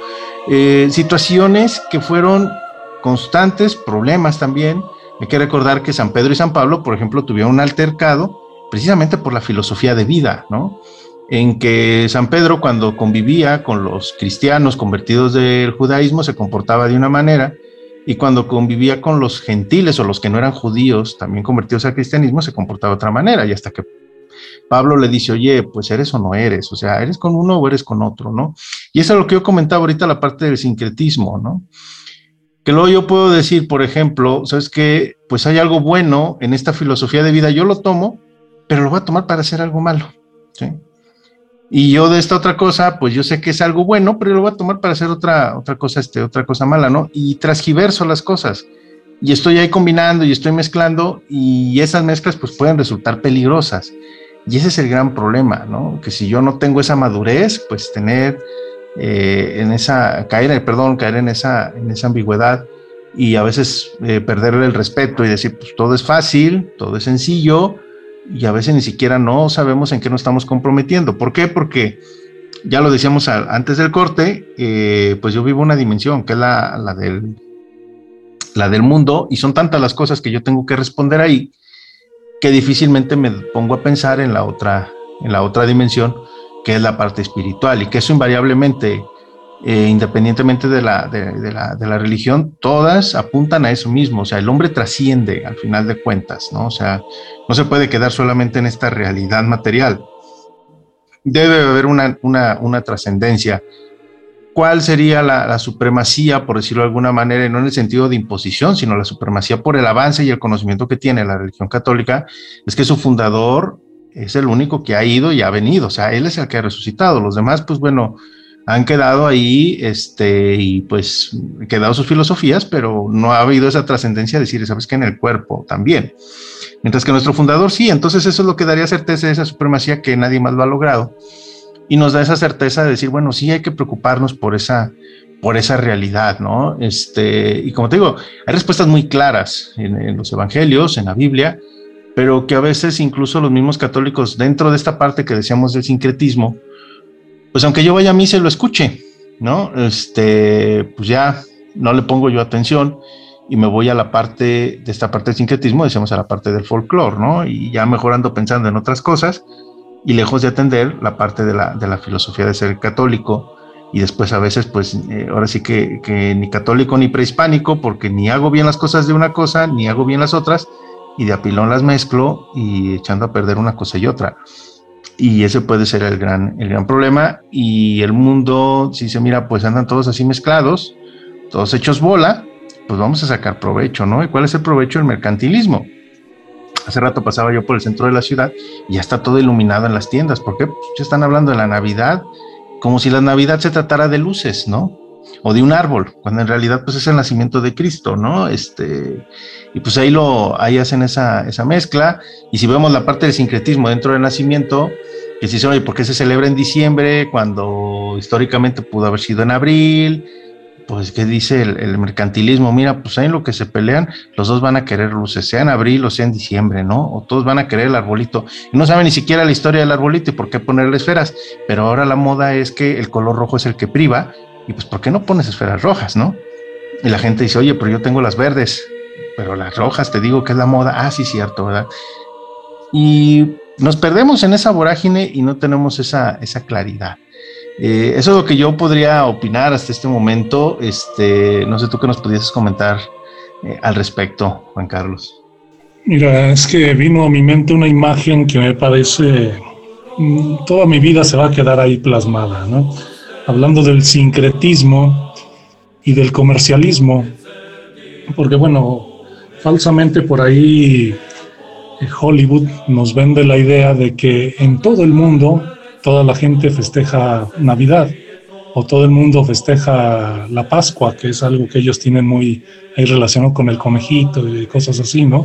Situaciones que fueron constantes, problemas también. Hay que recordar que San Pedro y San Pablo, por ejemplo, tuvieron un altercado precisamente por la filosofía de vida, ¿no? En que San Pedro, cuando convivía con los cristianos convertidos del judaísmo, se comportaba de una manera, y cuando convivía con los gentiles o los que no eran judíos, también convertidos al cristianismo, se comportaba de otra manera. Y hasta que Pablo le dice, oye, pues eres o no eres, o sea, eres con uno o eres con otro, ¿no? Y eso es lo que yo comentaba ahorita, la parte del sincretismo, ¿no? Que luego yo puedo decir, por ejemplo, ¿sabes qué? Pues hay algo bueno en esta filosofía de vida, yo lo tomo, pero lo voy a tomar para hacer algo malo, ¿sí? Y yo de esta otra cosa, pues yo sé que es algo bueno, pero lo voy a tomar para hacer otra cosa mala, ¿no? Y transgiverso las cosas. Y estoy ahí combinando y estoy mezclando, y esas mezclas pues pueden resultar peligrosas. Y ese es el gran problema, ¿no? Que si yo no tengo esa madurez, pues caer en esa ambigüedad, y a veces perderle el respeto y decir, pues todo es fácil, todo es sencillo, y a veces ni siquiera no sabemos en qué nos estamos comprometiendo. ¿Por qué? Porque ya lo decíamos antes del corte, pues yo vivo una dimensión que es la del mundo, y son tantas las cosas que yo tengo que responder ahí, que difícilmente me pongo a pensar en la otra dimensión, que es la parte espiritual, y que eso invariablemente, independientemente de la religión, todas apuntan a eso mismo. O sea, el hombre trasciende al final de cuentas, ¿no? O sea, no se puede quedar solamente en esta realidad material. Debe haber una trascendencia. cuál sería la supremacía, por decirlo de alguna manera, y no en el sentido de imposición, sino la supremacía por el avance y el conocimiento que tiene la religión católica, es que su fundador es el único que ha ido y ha venido, o sea, él es el que ha resucitado, los demás, pues bueno, han quedado ahí, y pues quedado sus filosofías, pero no ha habido esa trascendencia de decir, ¿sabes qué? En el cuerpo también. Mientras que nuestro fundador sí, entonces eso es lo que daría certeza de esa supremacía que nadie más lo ha logrado. Y nos da esa certeza de decir, bueno, sí hay que preocuparnos por esa realidad, ¿no? Y como te digo, hay respuestas muy claras en los evangelios, en la Biblia, pero que a veces incluso los mismos católicos, dentro de esta parte que decíamos del sincretismo, pues aunque yo vaya a misa y lo escuche, ¿no? Pues ya no le pongo yo atención y me voy a la parte de esta parte del sincretismo, decíamos a la parte del folclore, ¿no? Y ya mejor ando pensando en otras cosas, y lejos de atender la parte de la filosofía de ser católico, y después a veces pues ahora sí que ni católico ni prehispánico, porque ni hago bien las cosas de una cosa, ni hago bien las otras, y de apilón las mezclo y echando a perder una cosa y otra. Y ese puede ser el gran problema, y el mundo, si se mira, pues andan todos así mezclados, todos hechos bola, pues vamos a sacar provecho, ¿no? ¿Y cuál es el provecho? El mercantilismo. Hace rato pasaba yo por el centro de la ciudad y ya está todo iluminado en las tiendas. ¿Por qué? Pues ya están hablando de la Navidad, como si la Navidad se tratara de luces, ¿no? O de un árbol, cuando en realidad pues es el nacimiento de Cristo, ¿no? Y pues ahí hacen esa mezcla. Y si vemos la parte del sincretismo dentro del nacimiento, que se dice, oye, ¿por qué se celebra en diciembre cuando históricamente pudo haber sido en abril? Pues, ¿qué dice el mercantilismo? Mira, pues ahí en lo que se pelean, los dos van a querer luces, sea en abril o sea en diciembre, ¿no? O todos van a querer el arbolito. Y no saben ni siquiera la historia del arbolito y por qué ponerle esferas. Pero ahora la moda es que el color rojo es el que priva, y pues, ¿por qué no pones esferas rojas, no? Y la gente dice, oye, pero yo tengo las verdes, pero las rojas, te digo que es la moda. Ah, sí, cierto, ¿verdad? Y nos perdemos en esa vorágine y no tenemos esa claridad. Eso es lo que yo podría opinar hasta este momento. No sé tú qué nos pudieses comentar al respecto, Juan Carlos. Mira, es que vino a mi mente una imagen que me parece, toda mi vida se va a quedar ahí plasmada, ¿no? Hablando del sincretismo y del comercialismo, porque bueno, falsamente por ahí Hollywood nos vende la idea de que en todo el mundo toda la gente festeja Navidad, o todo el mundo festeja la Pascua, que es algo que ellos tienen muy ahí relacionado con el conejito y cosas así, ¿no?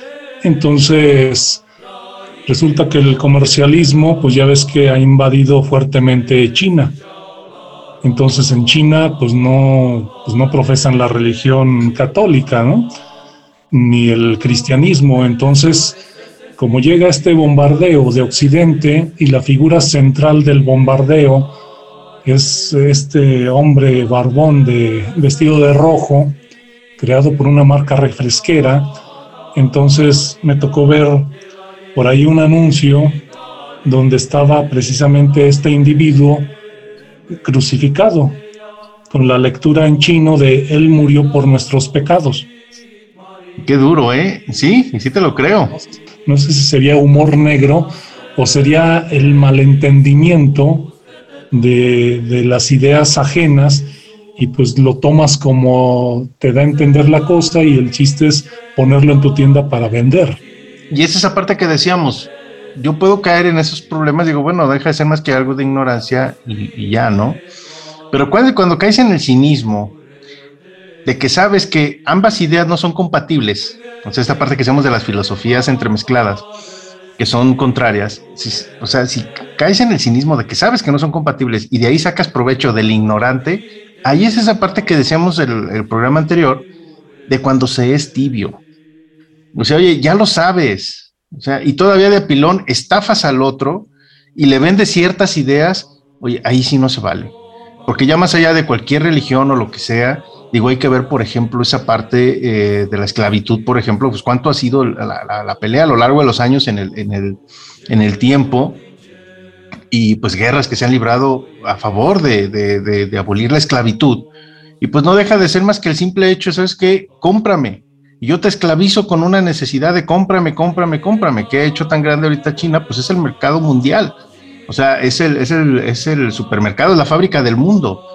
Entonces, resulta que el comercialismo, pues ya ves que ha invadido fuertemente China. Entonces, en China, pues no profesan la religión católica, ¿no? Ni el cristianismo. Entonces, como llega este bombardeo de Occidente y la figura central del bombardeo es este hombre barbón vestido de rojo, creado por una marca refresquera, entonces me tocó ver por ahí un anuncio donde estaba precisamente este individuo crucificado, con la lectura en chino de Él murió por nuestros pecados. Qué duro, ¿eh? Sí, y sí te lo creo. No sé si sería humor negro o sería el malentendimiento de las ideas ajenas, y pues lo tomas como te da a entender la cosa, y el chiste es ponerlo en tu tienda para vender. Y es esa parte que decíamos, yo puedo caer en esos problemas, digo, bueno, deja de ser más que algo de ignorancia y ya, ¿no? Pero cuando caes en el cinismo de que sabes que ambas ideas no son compatibles, o sea, esta parte que decíamos de las filosofías entremezcladas, que son contrarias, o sea, si caes en el cinismo de que sabes que no son compatibles y de ahí sacas provecho del ignorante, ahí es esa parte que decíamos el programa anterior, de cuando se es tibio. O sea, oye, ya lo sabes, o sea, y todavía de pilón estafas al otro y le vendes ciertas ideas, oye, ahí sí no se vale. Porque ya más allá de cualquier religión o lo que sea, digo, hay que ver, por ejemplo, esa parte de la esclavitud, por ejemplo, pues cuánto ha sido la pelea a lo largo de los años en el tiempo, y pues guerras que se han librado a favor de abolir la esclavitud. Y pues no deja de ser más que el simple hecho, ¿sabes qué? Cómprame. Y yo te esclavizo con una necesidad de cómprame. ¿Qué ha hecho tan grande ahorita China? Pues es el mercado mundial. O sea, es el supermercado, es la fábrica del mundo.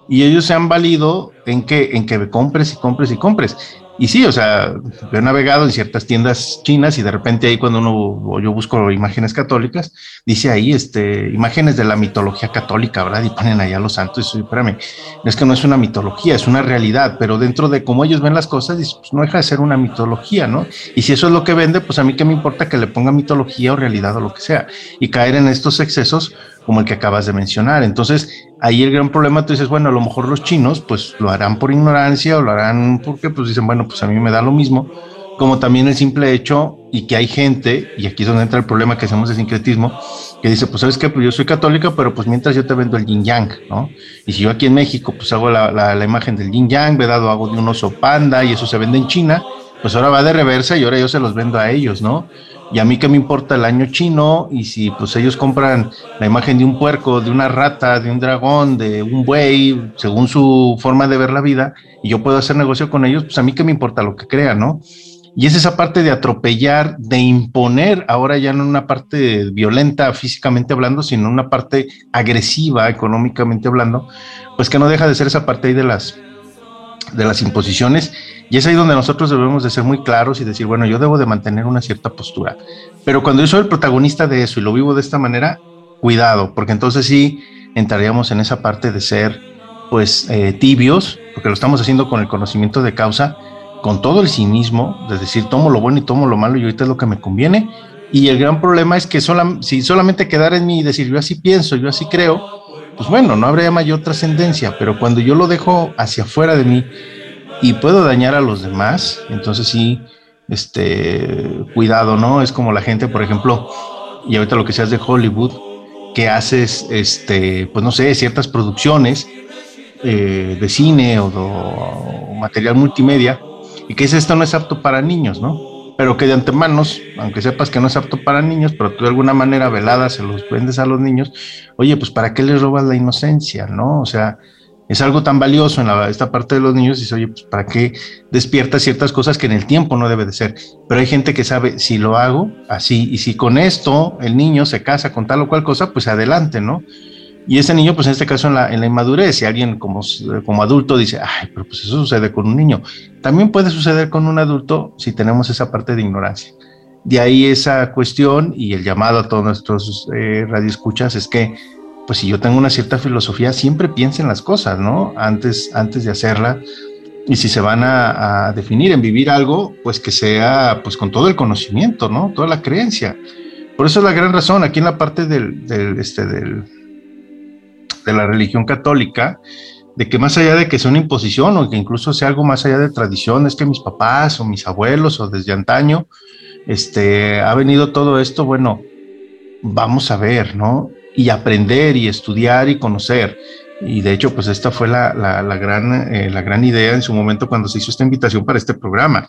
y ellos se han valido en que compres y compres y compres. Y sí, o sea, he navegado en ciertas tiendas chinas y de repente ahí cuando yo busco imágenes católicas, dice ahí imágenes de la mitología católica, ¿verdad? Y ponen allá a los santos. Y espérame, es que no es una mitología, es una realidad, pero dentro de cómo ellos ven las cosas, pues no deja de ser una mitología, ¿no? Y si eso es lo que vende, pues a mí qué me importa que le ponga mitología o realidad o lo que sea, y caer en estos excesos como el que acabas de mencionar. Entonces, ahí el gran problema, tú dices, bueno, a lo mejor los chinos pues lo harán por ignorancia o lo harán porque pues dicen, bueno, pues a mí me da lo mismo, como también el simple hecho y que hay gente, y aquí es donde entra el problema que hacemos de sincretismo, que dice, pues sabes qué, pues yo soy católica, pero pues mientras yo te vendo el yin yang, ¿no? Y si yo aquí en México pues hago la imagen del yin yang, ¿verdad? Hago de un oso panda y eso se vende en China, pues ahora va de reversa y ahora yo se los vendo a ellos, ¿no? Y a mí qué me importa el año chino, y si pues ellos compran la imagen de un puerco, de una rata, de un dragón, de un buey, según su forma de ver la vida, y yo puedo hacer negocio con ellos, pues a mí qué me importa lo que crean, ¿no? Y es esa parte de atropellar, de imponer, ahora ya no una parte violenta físicamente hablando, sino una parte agresiva económicamente hablando, pues que no deja de ser esa parte ahí de las imposiciones. Y es ahí donde nosotros debemos de ser muy claros y decir, bueno, yo debo de mantener una cierta postura, pero cuando yo soy el protagonista de eso y lo vivo de esta manera, cuidado, porque entonces sí entraríamos en esa parte de ser pues tibios, porque lo estamos haciendo con el conocimiento de causa, con todo el cinismo, de decir tomo lo bueno y tomo lo malo y ahorita es lo que me conviene. Y el gran problema es que si solamente quedara en mí y decir yo así pienso, yo así creo, pues bueno, no habría mayor trascendencia, pero cuando yo lo dejo hacia afuera de mí y puedo dañar a los demás, entonces sí, cuidado, ¿no? Es como la gente, por ejemplo, y ahorita lo que seas de Hollywood, que haces, pues no sé, ciertas producciones de cine o material multimedia, y que esto no es apto para niños, ¿no? Pero que de antemano, aunque sepas que no es apto para niños, pero tú de alguna manera velada se los vendes a los niños, oye, pues ¿para qué les robas la inocencia, no? O sea, es algo tan valioso en esta parte de los niños, y dice, oye, pues ¿para qué despiertas ciertas cosas que en el tiempo no debe de ser? Pero hay gente que sabe, si lo hago así, y si con esto el niño se casa con tal o cual cosa, pues adelante, ¿no? Y ese niño, pues en este caso en la inmadurez, si alguien como adulto dice, ay, pero pues eso sucede con un niño, también puede suceder con un adulto si tenemos esa parte de ignorancia. De ahí esa cuestión y el llamado a todos nuestros radioescuchas es que, pues si yo tengo una cierta filosofía, siempre piensen las cosas, ¿no? Antes de hacerla. Y si se van a definir en vivir algo, pues que sea pues con todo el conocimiento, ¿no? Toda la creencia. Por eso es la gran razón, aquí en la parte de la religión católica, de que más allá de que sea una imposición o que incluso sea algo más allá de tradición, es que mis papás o mis abuelos o desde antaño, ha venido todo esto, bueno, vamos a ver, ¿no? Y aprender y estudiar y conocer. Y de hecho, pues esta fue la gran idea en su momento cuando se hizo esta invitación para este programa,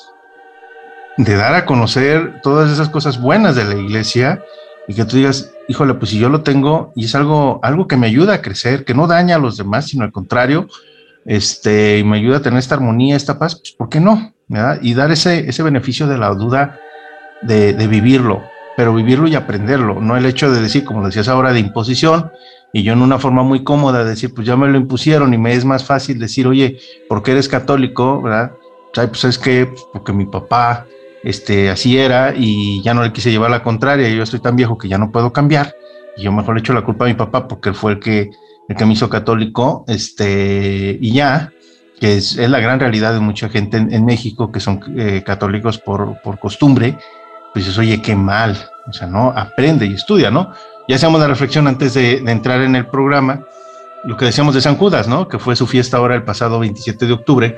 de dar a conocer todas esas cosas buenas de la iglesia y que tú digas, híjole, pues si yo lo tengo y es algo que me ayuda a crecer, que no daña a los demás, sino al contrario, y me ayuda a tener esta armonía, esta paz, pues ¿por qué no? ¿Verdad? Y dar ese beneficio de la duda de vivirlo, pero vivirlo y aprenderlo, no el hecho de decir, como decías ahora, de imposición, y yo en una forma muy cómoda de decir, pues ya me lo impusieron y me es más fácil decir, oye, ¿por qué eres católico? ¿Verdad? Pues es que, pues porque mi papá, así era y ya no le quise llevar la contraria, yo estoy tan viejo que ya no puedo cambiar, y yo mejor le echo la culpa a mi papá porque él fue el que me hizo católico, y ya, que es la gran realidad de mucha gente en México que son católicos por costumbre. Pues dices, oye, qué mal, o sea, no, aprende y estudia, ¿no? Ya hacíamos la reflexión antes de entrar en el programa, lo que decíamos de San Judas, ¿no? Que fue su fiesta ahora el pasado 27 de octubre,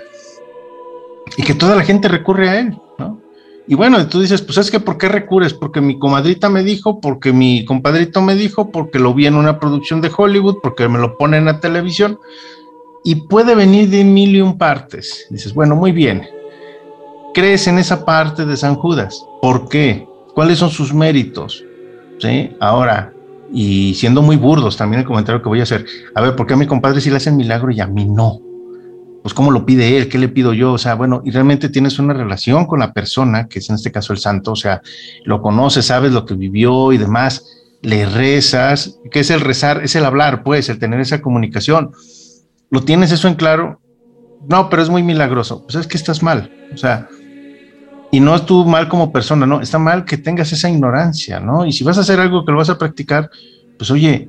y que toda la gente recurre a él, ¿no? Y bueno, tú dices, pues es que ¿por qué recurres? Porque mi comadrita me dijo, porque mi compadrito me dijo, porque lo vi en una producción de Hollywood, porque me lo ponen en la televisión, y puede venir de 1,000,000 partes. Dices, bueno, muy bien. ¿Crees en esa parte de San Judas? ¿Por qué? ¿Cuáles son sus méritos? ¿Sí? Ahora, y siendo muy burdos también el comentario que voy a hacer, a ver, ¿por qué a mi compadre sí le hacen milagro y a mí no? Pues ¿cómo lo pide él? ¿Qué le pido yo? O sea, bueno, y realmente tienes una relación con la persona, que es en este caso el santo, o sea, lo conoces, sabes lo que vivió y demás, le rezas. ¿Qué es el rezar? Es el hablar, pues, el tener esa comunicación. ¿Lo tienes eso en claro? No, pero es muy milagroso. Pues es que estás mal. O sea, y no es tú mal como persona, no, está mal que tengas esa ignorancia, ¿no? Y si vas a hacer algo que lo vas a practicar, pues oye,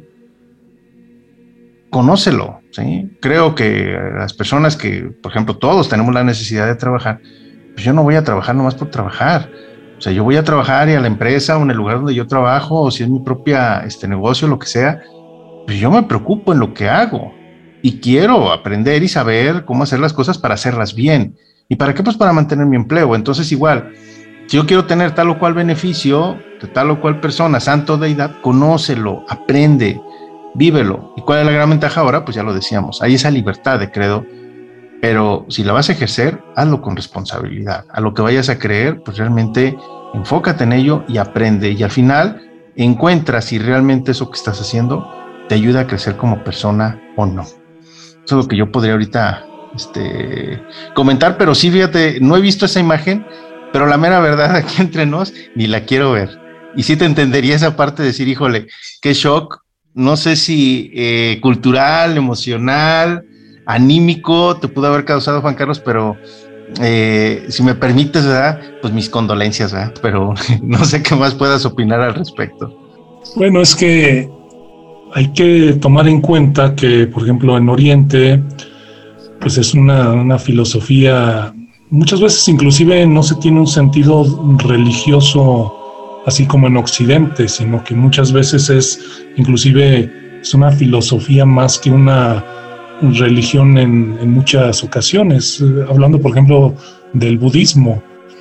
conócelo, ¿sí? Creo que las personas que, por ejemplo, todos tenemos la necesidad de trabajar, pues yo no voy a trabajar nomás por trabajar. O sea, yo voy a trabajar y a la empresa o en el lugar donde yo trabajo, o si es mi propia negocio, lo que sea, pues yo me preocupo en lo que hago y quiero aprender y saber cómo hacer las cosas para hacerlas bien. ¿Y para qué? Pues para mantener mi empleo. Entonces, igual, si yo quiero tener tal o cual beneficio de tal o cual persona, santo, deidad, conócelo, aprende, vívelo. ¿Y cuál es la gran ventaja ahora? Pues ya lo decíamos, hay esa libertad de credo, pero si la vas a ejercer, hazlo con responsabilidad. A lo que vayas a creer, pues realmente enfócate en ello y aprende. Y al final encuentra si realmente eso que estás haciendo te ayuda a crecer como persona o no. Eso es lo que yo podría ahorita comentar, pero sí, fíjate, no he visto esa imagen, pero la mera verdad, aquí entre nos, ni la quiero ver. Y sí te entendería esa parte de decir, híjole, qué shock, no sé si cultural, emocional, anímico, te pudo haber causado, Juan Carlos, pero si me permites, ¿verdad? Pues mis condolencias, ¿verdad? Pero no sé qué más puedas opinar al respecto. Bueno, es que hay que tomar en cuenta que, por ejemplo, en Oriente, pues es una filosofía, muchas veces inclusive no se tiene un sentido religioso así como en Occidente, sino que muchas veces es una filosofía más que una religión en muchas ocasiones, hablando por ejemplo del budismo.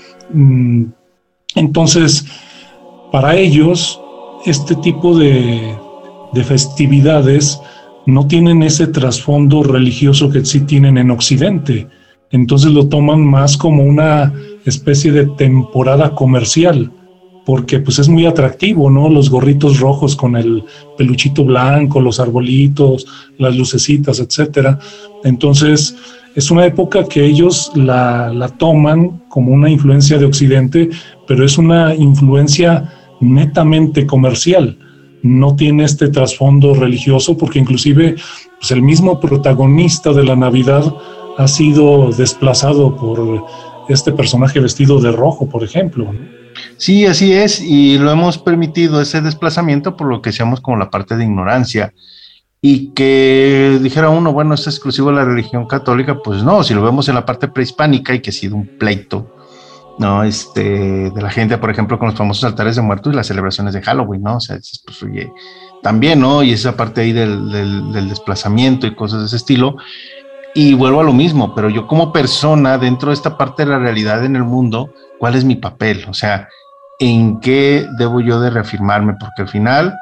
Entonces, para ellos, este tipo de festividades no tienen ese trasfondo religioso que sí tienen en Occidente. Entonces lo toman más como una especie de temporada comercial, porque pues es muy atractivo, ¿no? Los gorritos rojos con el peluchito blanco, los arbolitos, las lucecitas, etcétera. Entonces es una época que ellos la toman como una influencia de Occidente, pero es una influencia netamente comercial. No tiene este trasfondo religioso, porque inclusive pues el mismo protagonista de la Navidad ha sido desplazado por este personaje vestido de rojo, por ejemplo, ¿no? Sí, así es, y lo hemos permitido ese desplazamiento por lo que decíamos como la parte de ignorancia, y que dijera uno, bueno, es exclusivo de la religión católica, pues no, si lo vemos en la parte prehispánica y que ha sido un pleito, ¿no? De la gente, por ejemplo, con los famosos altares de muertos y las celebraciones de Halloween, ¿no? O sea, pues oye, también, ¿no? Y esa parte ahí del desplazamiento y cosas de ese estilo. Y vuelvo a lo mismo, pero yo como persona, dentro de esta parte de la realidad en el mundo, ¿cuál es mi papel? O sea, ¿en qué debo yo de reafirmarme? Porque al final,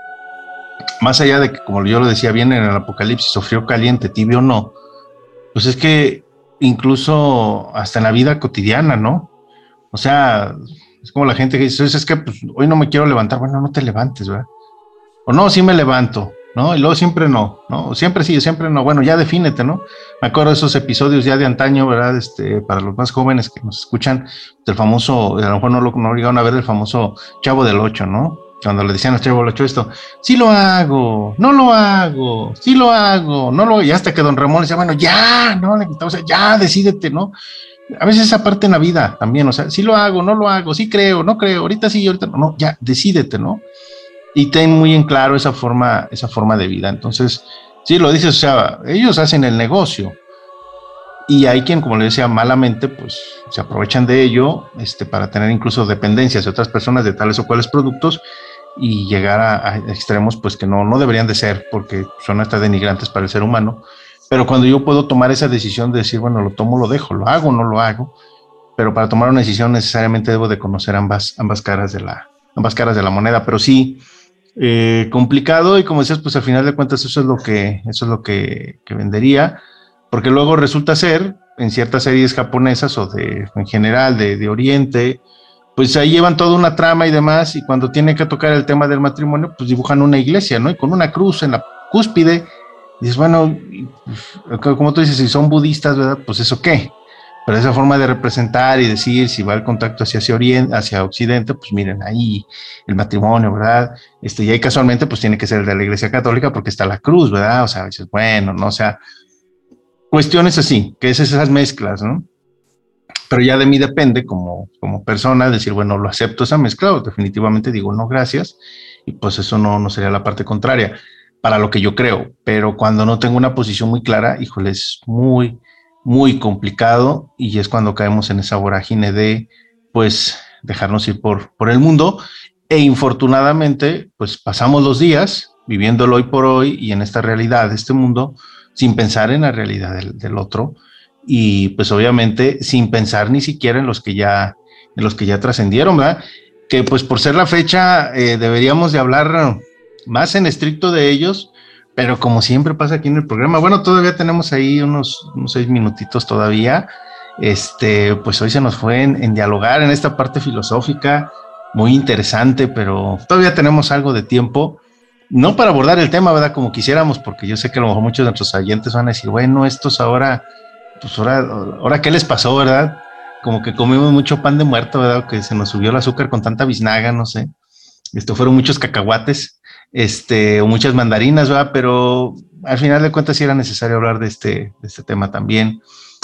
más allá de que, como yo lo decía bien en el Apocalipsis, o frío caliente, tibio o no, pues es que incluso hasta en la vida cotidiana, ¿no? O sea, es como la gente que dice, es que pues, hoy no me quiero levantar. Bueno, no te levantes, ¿verdad? O no, sí me levanto, ¿no? Y luego siempre no, ¿no? Siempre sí, siempre no. Bueno, ya defínete, ¿no? Me acuerdo de esos episodios ya de antaño, ¿verdad? Para los más jóvenes que nos escuchan, del famoso, a lo mejor no llegaron a ver el famoso Chavo del Ocho, ¿no? Cuando le decían a Chavo del Ocho esto, sí lo hago, no lo hago, sí lo hago, no lo hago. Y hasta que don Ramón le decía, bueno, ya, ¿no? O sea, ya, decídete, ¿no? A veces esa parte en la vida también, o sea, sí lo hago, no lo hago, sí creo, no creo, ahorita sí, ahorita no, ya, decídete, ¿no? Y ten muy en claro esa forma de vida. Entonces, sí, lo dices, o sea, ellos hacen el negocio y hay quien, como le decía, malamente, pues se aprovechan de ello para tener incluso dependencias de otras personas de tales o cuales productos y llegar a extremos pues que no deberían de ser, porque son hasta denigrantes para el ser humano. Pero cuando yo puedo tomar esa decisión de decir, bueno, lo tomo, lo dejo, lo hago, no lo hago, pero para tomar una decisión necesariamente debo de conocer ambas caras de la moneda. Pero sí, complicado, y como decías, pues al final de cuentas eso es lo que vendería, porque luego resulta ser en ciertas series japonesas o en general de Oriente, pues ahí llevan toda una trama y demás, y cuando tienen que tocar el tema del matrimonio, pues dibujan una iglesia, ¿no? Y con una cruz en la cúspide. Dices, bueno, como tú dices, si son budistas, ¿verdad? Pues eso qué. Pero esa forma de representar y decir, si va el contacto hacia Occidente, pues miren, ahí el matrimonio, ¿verdad? Y ahí casualmente, pues tiene que ser el de la Iglesia Católica porque está la cruz, ¿verdad? O sea, dices, bueno, no, o sea, cuestiones así, que es esas mezclas, ¿no? Pero ya de mí depende como persona decir, bueno, lo acepto esa mezcla o definitivamente digo no, gracias, y pues eso no sería la parte contraria para lo que yo creo, pero cuando no tengo una posición muy clara, híjole, es muy, muy complicado y es cuando caemos en esa vorágine de, pues, dejarnos ir por el mundo e infortunadamente, pues pasamos los días viviéndolo hoy por hoy y en esta realidad de este mundo sin pensar en la realidad del otro y pues obviamente sin pensar ni siquiera en los que ya trascendieron, ¿verdad? Que pues por ser la fecha deberíamos de hablar más en estricto de ellos, pero como siempre pasa aquí en el programa, bueno, todavía tenemos ahí unos 6 minutitos todavía, pues hoy se nos fue en dialogar en esta parte filosófica, muy interesante, pero todavía tenemos algo de tiempo, no para abordar el tema, ¿verdad? Como quisiéramos, porque yo sé que a lo mejor muchos de nuestros oyentes van a decir, bueno, estos ahora, pues ahora ¿qué les pasó, verdad? Como que comimos mucho pan de muerto, ¿verdad? Que se nos subió el azúcar con tanta biznaga, no sé. Fueron muchos cacahuates, o muchas mandarinas, ¿verdad? Pero al final de cuentas sí era necesario hablar de este tema también.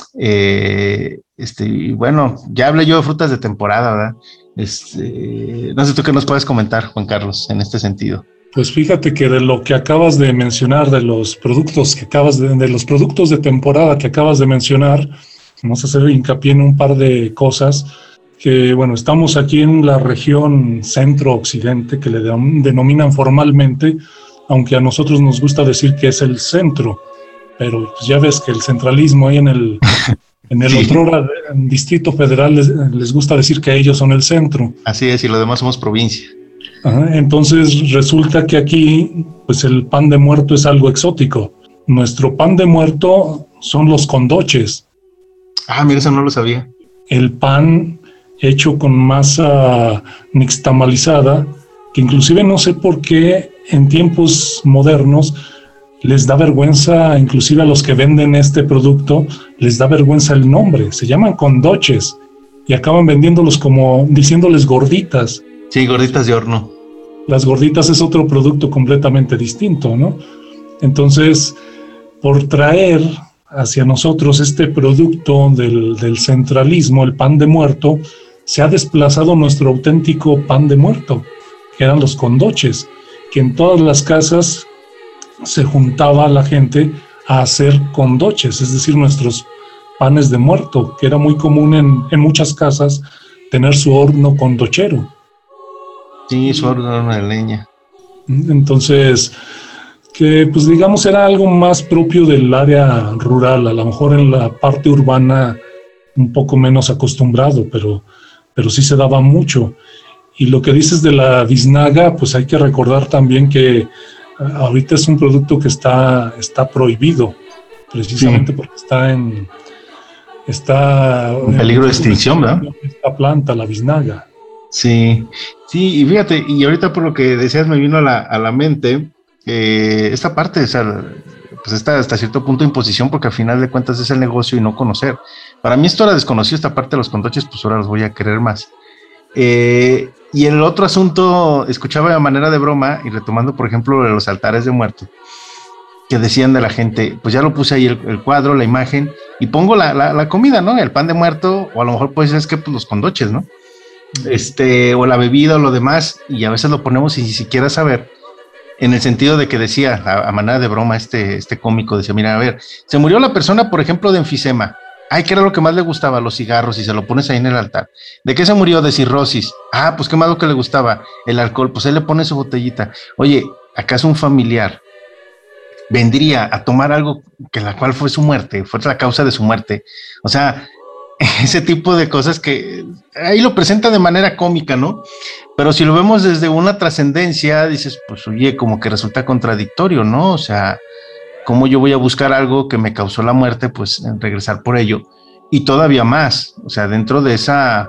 Y bueno, ya hablé yo de frutas de temporada, ¿verdad? No sé tú qué nos puedes comentar, Juan Carlos, en este sentido. Pues fíjate que de lo que acabas de mencionar, de los productos de los productos de temporada que acabas de mencionar, vamos a hacer hincapié en un par de cosas que, bueno, estamos aquí en la región centro-occidente, que le denominan formalmente, aunque a nosotros nos gusta decir que es el centro, pero pues ya ves que el centralismo ahí en el sí. Otrora Distrito Federal les gusta decir que ellos son el centro. Así es, y los demás somos provincia. Ajá, entonces resulta que aquí, pues el pan de muerto es algo exótico. Nuestro pan de muerto son los condoches. Ah, mira, eso no lo sabía. El pan hecho con masa nixtamalizada, que inclusive no sé por qué en tiempos modernos les da vergüenza, inclusive a los que venden este producto, les da vergüenza el nombre. Se llaman condoches y acaban vendiéndolos como diciéndoles gorditas. Sí, gorditas de horno. Las gorditas es otro producto completamente distinto, ¿no? Entonces, por traer hacia nosotros este producto del centralismo, el pan de muerto, se ha desplazado nuestro auténtico pan de muerto, que eran los condoches, que en todas las casas se juntaba la gente a hacer condoches, es decir, nuestros panes de muerto, que era muy común en muchas casas tener su horno condochero. Sí, su horno de leña. Entonces, que pues digamos era algo más propio del área rural, a lo mejor en la parte urbana un poco menos acostumbrado, pero sí se daba mucho. Y lo que dices de la biznaga, pues hay que recordar también que ahorita es un producto que está prohibido, precisamente sí. Porque está en peligro de extinción, ¿verdad? Esta planta, la biznaga. Sí, y fíjate, y ahorita por lo que decías me vino a la mente esta parte, o sea, pues está hasta cierto punto imposición, porque al final de cuentas es el negocio y no conocer. Para mí esto era desconocido, esta parte de los condoches, pues ahora los voy a querer más. Y el otro asunto, escuchaba de manera de broma, y retomando por ejemplo de los altares de muertos, que decían de la gente, pues ya lo puse ahí el cuadro, la imagen, y pongo la comida, ¿no? El pan de muerto, o a lo mejor pues es que pues los condoches, ¿no? O la bebida o lo demás, y a veces lo ponemos sin siquiera saber, en el sentido de que decía, a manera de broma, este cómico decía, mira, a ver, se murió la persona, por ejemplo, de enfisema. Ay, ¿qué era lo que más le gustaba? Los cigarros, y se lo pones ahí en el altar. ¿De qué se murió? De cirrosis. Ah, pues ¿qué más lo que le gustaba? El alcohol, pues él le pone su botellita. Oye, ¿acaso un familiar vendría a tomar algo que la cual fue su muerte, fue la causa de su muerte? O sea, ese tipo de cosas que ahí lo presenta de manera cómica, ¿no? Pero si lo vemos desde una trascendencia, dices, pues oye, como que resulta contradictorio, ¿no? O sea, ¿cómo yo voy a buscar algo que me causó la muerte? Pues en regresar por ello. Y todavía más, o sea, dentro de esa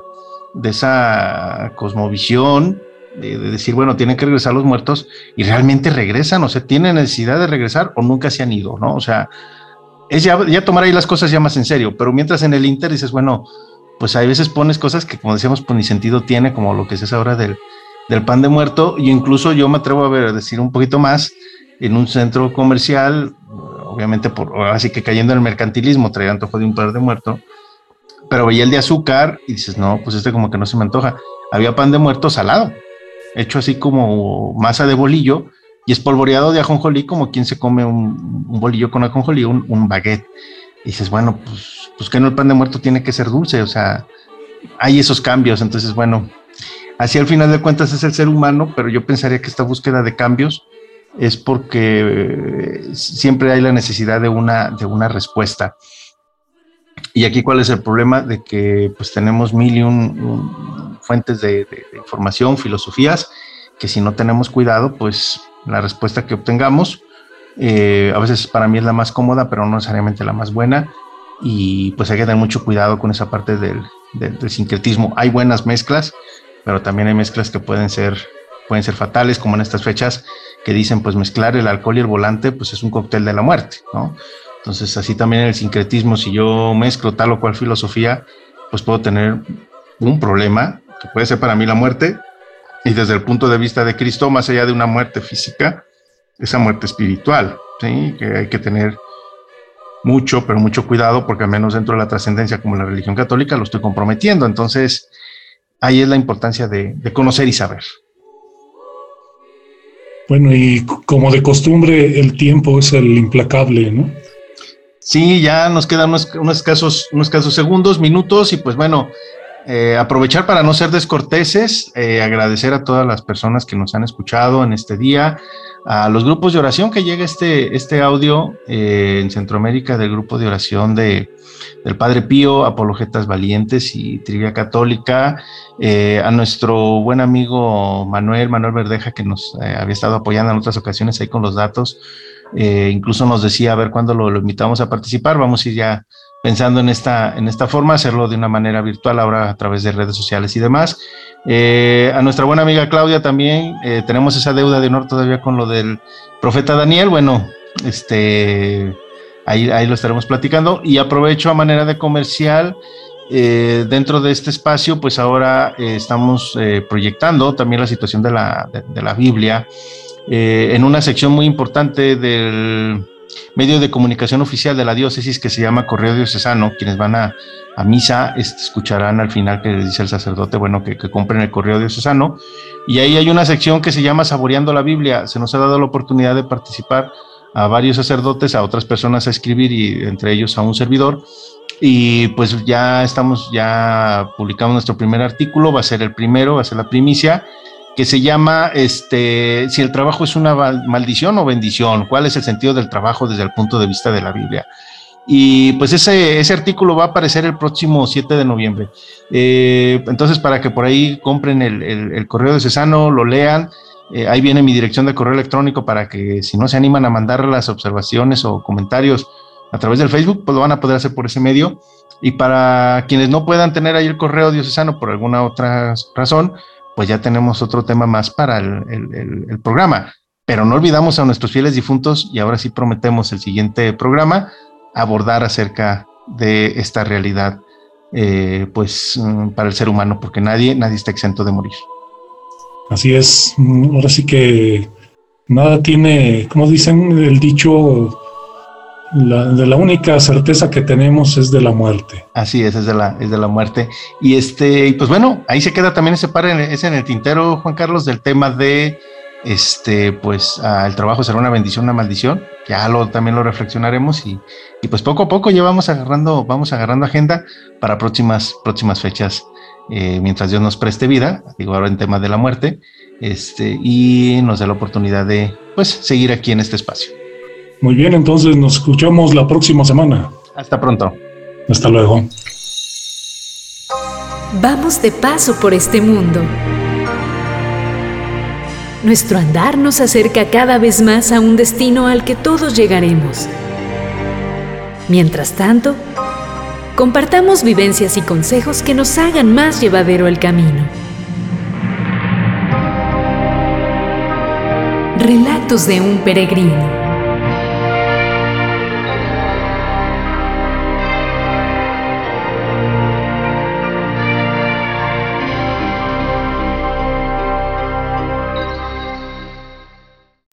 cosmovisión, de decir, bueno, tienen que regresar los muertos, y realmente regresan, o sea, tienen necesidad de regresar o nunca se han ido, ¿no? O sea, es ya tomar ahí las cosas ya más en serio, pero mientras en el inter dices, bueno, pues hay veces pones cosas que, como decíamos, pues ni sentido tiene, como lo que es ahora del pan de muerto, y incluso yo me atrevo a decir un poquito más, en un centro comercial, obviamente así que cayendo en el mercantilismo, traía antojo de un par de muerto, pero veía el de azúcar y dices, no, pues como que no se me antoja. Había pan de muerto salado, hecho así como masa de bolillo, y espolvoreado de ajonjolí, como quien se come un bolillo con ajonjolí, un baguette. Y dices, bueno, pues que no, el pan de muerto tiene que ser dulce, o sea, hay esos cambios. Entonces, bueno, así al final de cuentas es el ser humano, pero yo pensaría que esta búsqueda de cambios es porque siempre hay la necesidad de una respuesta. Y aquí, ¿cuál es el problema? De que pues tenemos mil y un fuentes de información, filosofías, que si no tenemos cuidado, pues la respuesta que obtengamos, a veces para mí es la más cómoda, pero no necesariamente la más buena, y pues hay que tener mucho cuidado con esa parte del sincretismo. Hay buenas mezclas, pero también hay mezclas que pueden ser fatales, como en estas fechas que dicen, pues mezclar el alcohol y el volante, pues es un cóctel de la muerte, ¿no? Entonces, así también en el sincretismo, si yo mezclo tal o cual filosofía, pues puedo tener un problema, que puede ser para mí la muerte, y desde el punto de vista de Cristo, más allá de una muerte física, esa muerte espiritual, ¿sí? Que hay que tener mucho, pero mucho cuidado, porque al menos dentro de la trascendencia, como la religión católica, lo estoy comprometiendo. Entonces, ahí es la importancia de conocer y saber. Bueno, y como de costumbre, el tiempo es el implacable, ¿no? Sí, ya nos quedan unos escasos segundos, minutos, y pues bueno, aprovechar para no ser descorteses, agradecer a todas las personas que nos han escuchado en este día, a los grupos de oración que llega este audio en Centroamérica, del grupo de oración del Padre Pío, Apologetas Valientes y Trivia Católica, a nuestro buen amigo Manuel Verdeja, que nos había estado apoyando en otras ocasiones ahí con los datos, incluso nos decía a ver cuándo lo invitamos a participar. Vamos a ir ya pensando en esta forma, hacerlo de una manera virtual ahora a través de redes sociales y demás. A nuestra buena amiga Claudia también, tenemos esa deuda de honor todavía con lo del profeta Daniel. Bueno, ahí lo estaremos platicando, y aprovecho a manera de comercial, dentro de este espacio, pues ahora estamos proyectando también la situación de la Biblia en una sección muy importante del medio de comunicación oficial de la diócesis, que se llama Correo Diocesano. Quienes van a misa escucharán al final que les dice el sacerdote, bueno, que compren el Correo Diocesano, y ahí hay una sección que se llama Saboreando la Biblia. Se nos ha dado la oportunidad de participar a varios sacerdotes, a otras personas a escribir, y entre ellos a un servidor, y pues ya publicamos nuestro primer artículo. Va a ser el primero, va a ser la primicia, que se llama si el trabajo es una maldición o bendición, cuál es el sentido del trabajo desde el punto de vista de la Biblia. Y pues ese artículo va a aparecer el próximo 7 de noviembre. Entonces, para que por ahí compren el Correo Diocesano, lo lean. Ahí viene mi dirección de correo electrónico, para que si no se animan a mandar las observaciones o comentarios a través del Facebook, pues lo van a poder hacer por ese medio. Y para quienes no puedan tener ahí el Correo Diocesano por alguna otra razón, pues ya tenemos otro tema más para el programa. Pero no olvidamos a nuestros fieles difuntos, y ahora sí prometemos el siguiente programa abordar acerca de esta realidad, pues para el ser humano, porque nadie está exento de morir. Así es. Ahora sí que nada tiene, como dicen el dicho, de la única certeza que tenemos es de la muerte. Así es de la muerte. Y pues bueno, ahí se queda también ese en el tintero, Juan Carlos, del tema de pues el trabajo será una bendición, una maldición. Ya también lo reflexionaremos, y pues poco a poco ya vamos agarrando agenda para próximas fechas, mientras Dios nos preste vida, digo ahora en tema de la muerte, y nos dé la oportunidad de pues seguir aquí en este espacio. Muy bien, entonces nos escuchamos la próxima semana. Hasta pronto. Hasta luego. Vamos de paso por este mundo. Nuestro andar nos acerca cada vez más a un destino al que todos llegaremos. Mientras tanto, compartamos vivencias y consejos que nos hagan más llevadero el camino. Relatos de un peregrino.